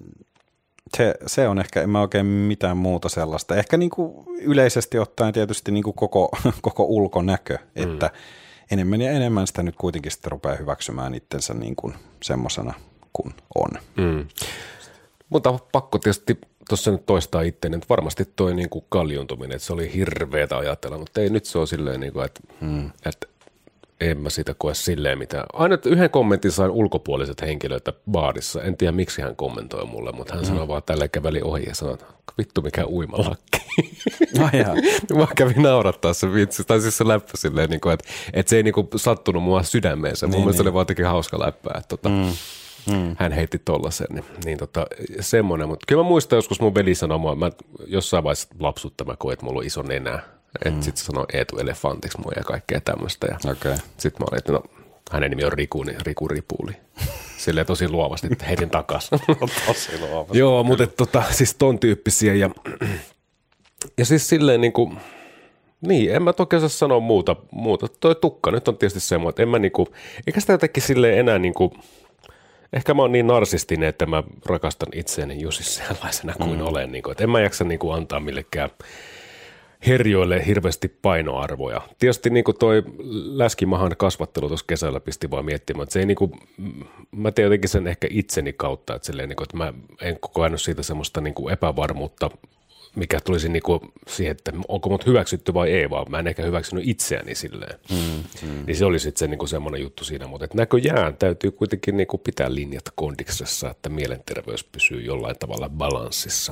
se on ehkä, en mä oikein mitään muuta sellaista. Ehkä niin kuin yleisesti ottaen tietysti niin kuin koko ulkonäkö, että enemmän ja enemmän sitä nyt kuitenkin sitten rupeaa hyväksymään itsensä niin kuin semmoisena kuin on. Mutta pakko tietysti tuossa nyt toistaa itseäni, että varmasti toi niin kuin kaljuuntuminen, että se oli hirveätä ajatella, mutta ei nyt se ole silleen, niin kuin, että en mä sitä koe silleen mitään. Aina yhden kommentin sain ulkopuoliset henkilöitä baarissa. En tiedä, miksi hän kommentoi mulle, mutta hän sanoi vaan tällä käveli ohi ja sanoi, että vittu mikä uimalakki. Mä kävin naurattaa se vitsi. Tai siis se läppä silleen, että se ei sattunut mua sydämeensä. Mun mielestä oli vaan jotenkin hauska läppää, että hän heitti tollasen. Niin semmoinen. Mutta kyllä mä muistan joskus mun veli sanoi mua, mä jossain vaiheessa lapsutta mä koin, että mulla on iso nenä. Että sitten sanoi Eetu elefantiksi mua ja kaikkea tämmöistä. Ja sitten mä olin, että hänen nimi on Riku, niin Riku Ripuuli. Silleen tosi luovasti, että heitin takaisin. Tosi luovasti. Joo, mutta siis ton tyyppisiä. Ja siis silleen niin, en mä toki osaa sanoa muuta. Toi tukka nyt on tietysti semmoinen, että en mä eikä sitä jotenkin silleen enää ehkä mä oon niin narsistinen, että mä rakastan itseäni just sellaisena kuin olen. Että en mä jaksa antaa millekään herjoille hirveästi painoarvoja. Tietysti toi läskimahan kasvattelu tuossa kesällä pisti vaan miettimään, että se ei mä teen jotenkin sen ehkä itseni kautta, että että mä en kokenut siitä semmoista epävarmuutta, mikä tulisi siihen, että onko mut hyväksytty vai ei, vaan mä en ehkä hyväksynyt itseäni silleen. Niin se oli sitten se semmoinen juttu siinä, mutta että näköjään täytyy kuitenkin pitää linjat kondiksessa, että mielenterveys pysyy jollain tavalla balanssissa.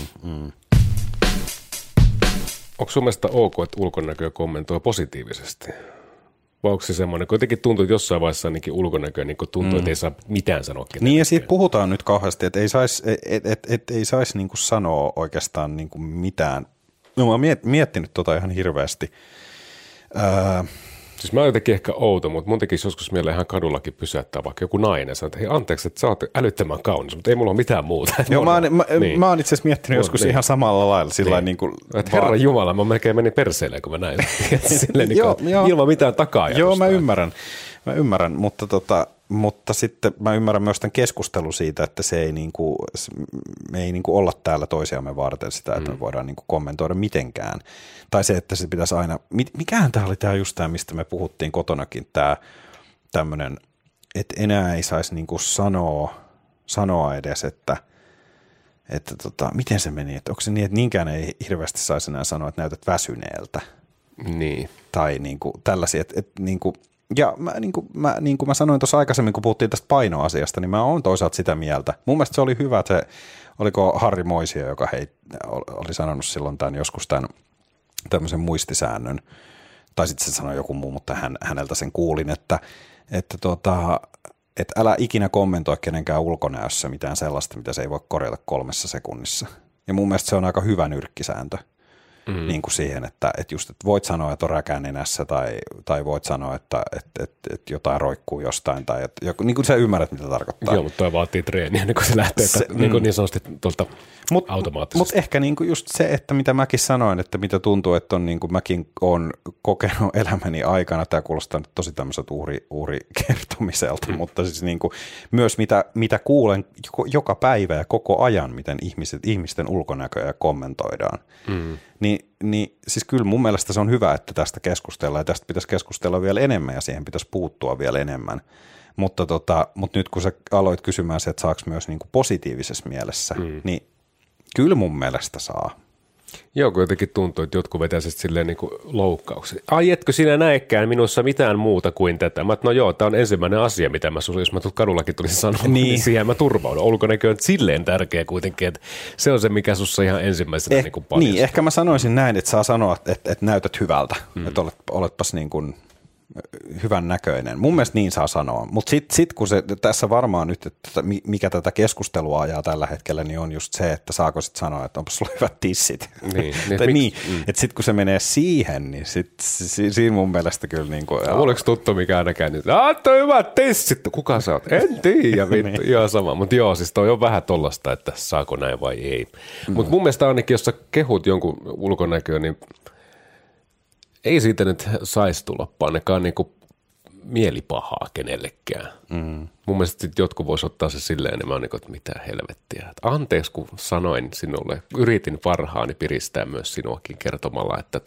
Onko sun mielestä ok, että ulkonäköä kommentoi positiivisesti? Vai onko se semmoinen, kun jotenkin tuntuu, että jossain vaiheessa ainakin ulkonäköä tuntuu, että ei saa mitään sanoa kenellekään. Niin ja siitä puhutaan nyt kauheasti, että ei saisi sanoa oikeastaan mitään. No mä oon miettinyt ihan hirveästi. Siis mä oon jotenkin ehkä outo, mutta mun tekisi joskus mieleen ihan kadullakin pysäyttää vaikka joku nainen. Sanoa, että hei anteeksi, että sä oot älyttömän kaunis, mutta ei mulla ole mitään muuta. Joo, mä oon itse asiassa miettinyt joskus ihan samalla lailla. Että Herran Jumala, mä melkein menin perseelle, kun mä näin. Silleen, ilman mitään takaa-ajatusta. Joo, mä ymmärrän, mutta sitten mä ymmärrän myös tämän keskustelun siitä, että se ei me ei olla täällä toisiamme varten sitä, että me voidaan kommentoida mitenkään. Tai se, että se pitäisi aina, mikähän tämä oli tämä just tämä, mistä me puhuttiin kotonakin, tämä tämmöinen, että enää ei saisi sanoa edes, että miten se meni, että onko se niin, että niinkään ei hirveästi saisi enää sanoa, että näytät väsyneeltä. Niin. Tai tällaisia, että ja niin kuin mä sanoin tuossa aikaisemmin, kun puhuttiin tästä painoasiasta, niin mä oon toisaalta sitä mieltä. Mun mielestä se oli hyvä, että oliko Harri Moisia, joka oli sanonut silloin joskus tämän tämmöisen muistisäännön, tai sitten se sanoi joku muu, mutta häneltä sen kuulin, että älä ikinä kommentoi kenenkään ulkonäössä mitään sellaista, mitä se ei voi korjata 3 sekunnissa. Ja mun mielestä se on aika hyvä nyrkkisääntö. niin kuin siihen, että just, että voit sanoa, että on räkä nenässä tai voit sanoa, että jotain roikkuu jostain tai että joku, niin kuin sä ymmärrät, mitä tarkoittaa. Joo, mutta toi vaatii treeniä, niin kun se lähtee niin sanotusti tuolta automaattisesti. Mutta ehkä niin kuin just se, että mitä mäkin sanoin, että mitä tuntuu, että on niin kuin mäkin olen kokenut elämäni aikana, tämä kuulostaa nyt tosi tämmöiseltä uhrikertomiselta, mutta siis niin kuin myös mitä kuulen joka päivä ja koko ajan, miten ihmisten ulkonäköjä kommentoidaan. Niin siis kyllä mun mielestä se on hyvä, että tästä keskustellaan ja tästä pitäisi keskustella vielä enemmän ja siihen pitäisi puuttua vielä enemmän. Mutta nyt kun sä aloit kysymään se, että saako myös niin kuin positiivisessa mielessä, niin kyllä mun mielestä saa. Joo, kun jotenkin tuntuu, että jotkut vetäisivät silleen niin kuin loukkauksia. Ai etkö sinä näekään minussa mitään muuta kuin tätä? Mä no joo, tämä on ensimmäinen asia, mitä mä jos mä kadullakin tulisin sanoa, niin siihen mä turvaudun. Ulkonäkö on silleen tärkeä kuitenkin, että se on se, mikä sussa ihan ensimmäisenä niin kuin paljastuu. Niin, ehkä mä sanoisin näin, että saa sanoa, että näytät hyvältä, että oletpas niin kuin hyvän näköinen. Mun mielestä niin saa sanoa, mutta sit kun se tässä varmaan nyt, että mikä tätä keskustelua ajaa tällä hetkellä, niin on just se, että saako sit sanoa, että onpas sulla hyvät tissit. Niin, että sit kun se menee siihen, niin siinä mun mielestä kyllä niin kuin... Oliko tuttu mikä aina käynyt? Anto hyvät tissit! Kuka sä oot? En tiedä, vittu. Ihan sama. Mutta joo, siis toi on vähän tollasta, että saako näin vai ei. Mutta mun mielestä ainakin, jos sä kehut jonkun ulkonäköä, niin ei siitä nyt saisi tulla ainakaan niinku mielipahaa kenellekään. Mun mielestä jotkut vois ottaa se silleen enemmän, niin että mitä helvettiä. Että anteeksi, kun sanoin sinulle, yritin parhaani piristää myös sinuakin kertomalla, että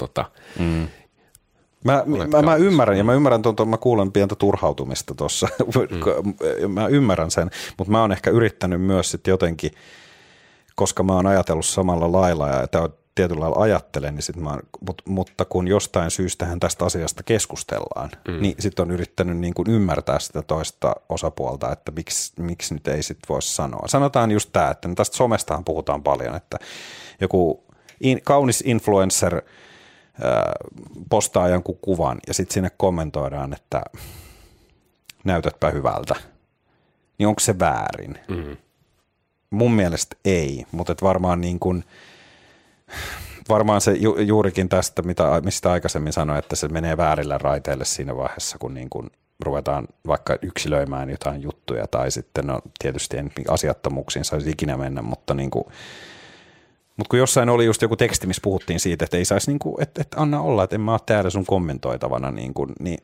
Mä ymmärrän, ja mä kuulen pientä turhautumista tuossa. Mä ymmärrän sen, mutta mä oon ehkä yrittänyt myös sitten jotenkin, koska mä oon ajatellut samalla lailla ja tietyllä lailla ajattelen, niin mutta kun jostain syystähän tästä asiasta keskustellaan, niin sitten on yrittänyt niin kuin ymmärtää sitä toista osapuolta, että miksi nyt ei sitten voisi sanoa. Sanotaan just tämä, että tästä somestahan puhutaan paljon, että joku kaunis influencer postaa jonkun kuvan ja sitten sinne kommentoidaan, että näytätpä hyvältä, niin onko se väärin? Mun mielestä ei, mutta varmaan niin kuin varmaan se juurikin tästä, mistä aikaisemmin sanoin, että se menee väärillä raiteille siinä vaiheessa, kun niin kuin ruvetaan vaikka yksilöimään jotain juttuja tai sitten tietysti asiattomuuksiin saisi ikinä mennä, mutta kun jossain oli just joku teksti, missä puhuttiin siitä, että ei saisi, niin kuin, että anna olla, että en mä ole täällä sun kommentoitavana, niin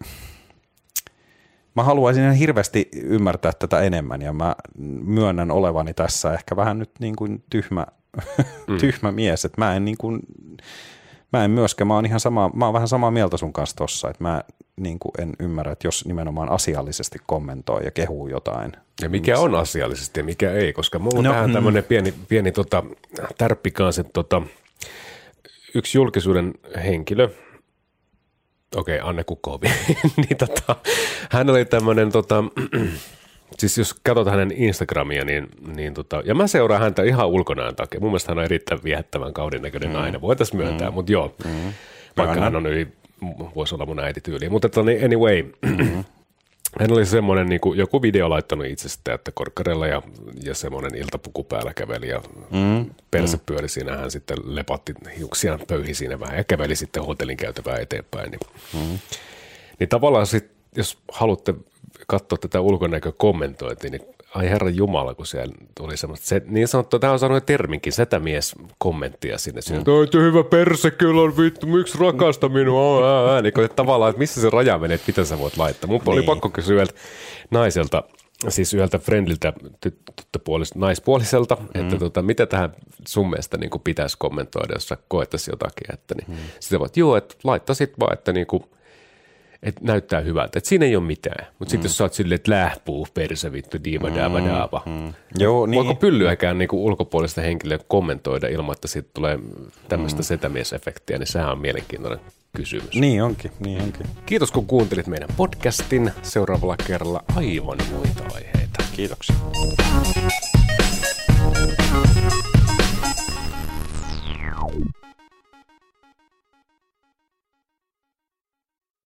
mä haluaisin ihan hirveästi ymmärtää tätä enemmän ja mä myönnän olevani tässä ehkä vähän nyt niin kuin tyhmä mies, että mä en myöskään, mä oon vähän samaa mieltä sun kanssa tossa, että mä niin kuin en ymmärrä, että jos nimenomaan asiallisesti kommentoi ja kehuu jotain. Ja mikä on asiallisesti ja mikä ei, koska mulla on tähän tämmöinen pieni tärppi kanssa, että yksi julkisuuden henkilö, Anne Kukovi, niin hän oli tämmöinen siis jos katsot hänen Instagramia, niin ja mä seuraan häntä ihan ulkonäön takia. Mun mielestä hän on erittäin viehättävän kauden näköinen nainen. Voitaisiin myöntää, mutta joo. Vaikka hän on voisi olla mun äitityyli. Mutta anyway, hän oli semmoinen, niin kuin joku video laittanut itsestä, että korkkarella ja semmoinen iltapuku päällä käveli ja perse pyöri siinä. Hän sitten lepatti hiuksia, pöyhi siinä vähän ja käveli sitten hotellin käytävää eteenpäin. Niin tavallaan sitten, jos haluatte katsoa tätä ulkonäkökommentointia, niin ai herran jumala, kun siellä tuli semmoista, niin sanottu, tämä on sanonut terminkin, setämies-kommenttia sinne. Että hyvä perse, kyllä on vittu, miksi rakasta minua? Niin tavallaan, että missä se raja menee, että mitä sä voit laittaa. Mun oli pakko kysyä yhdeltä naiselta, siis yhdeltä friendiltä, naispuoliselta, että mitä tähän sun mielestä niin kuin pitäisi kommentoida, jos sä koettaisiin jotakin. Että, niin, sitä voit, että laittaisit vaan, että niin kuin, että näyttää hyvältä. Että siinä ei ole mitään. Mutta sitten jos sä oot silleen, että lähpuu perse vittu, diiva, daava, daava. Joo, niin. Voiko pyllyäkään niinku ulkopuolista henkilöä kommentoida ilman, että siitä tulee tämmöistä setämiesefektiä, niin sehän on mielenkiintoinen kysymys. Niin onkin. Kiitos kun kuuntelit meidän podcastin. Seuraavalla kerralla aivan muita aiheita. Kiitoksia.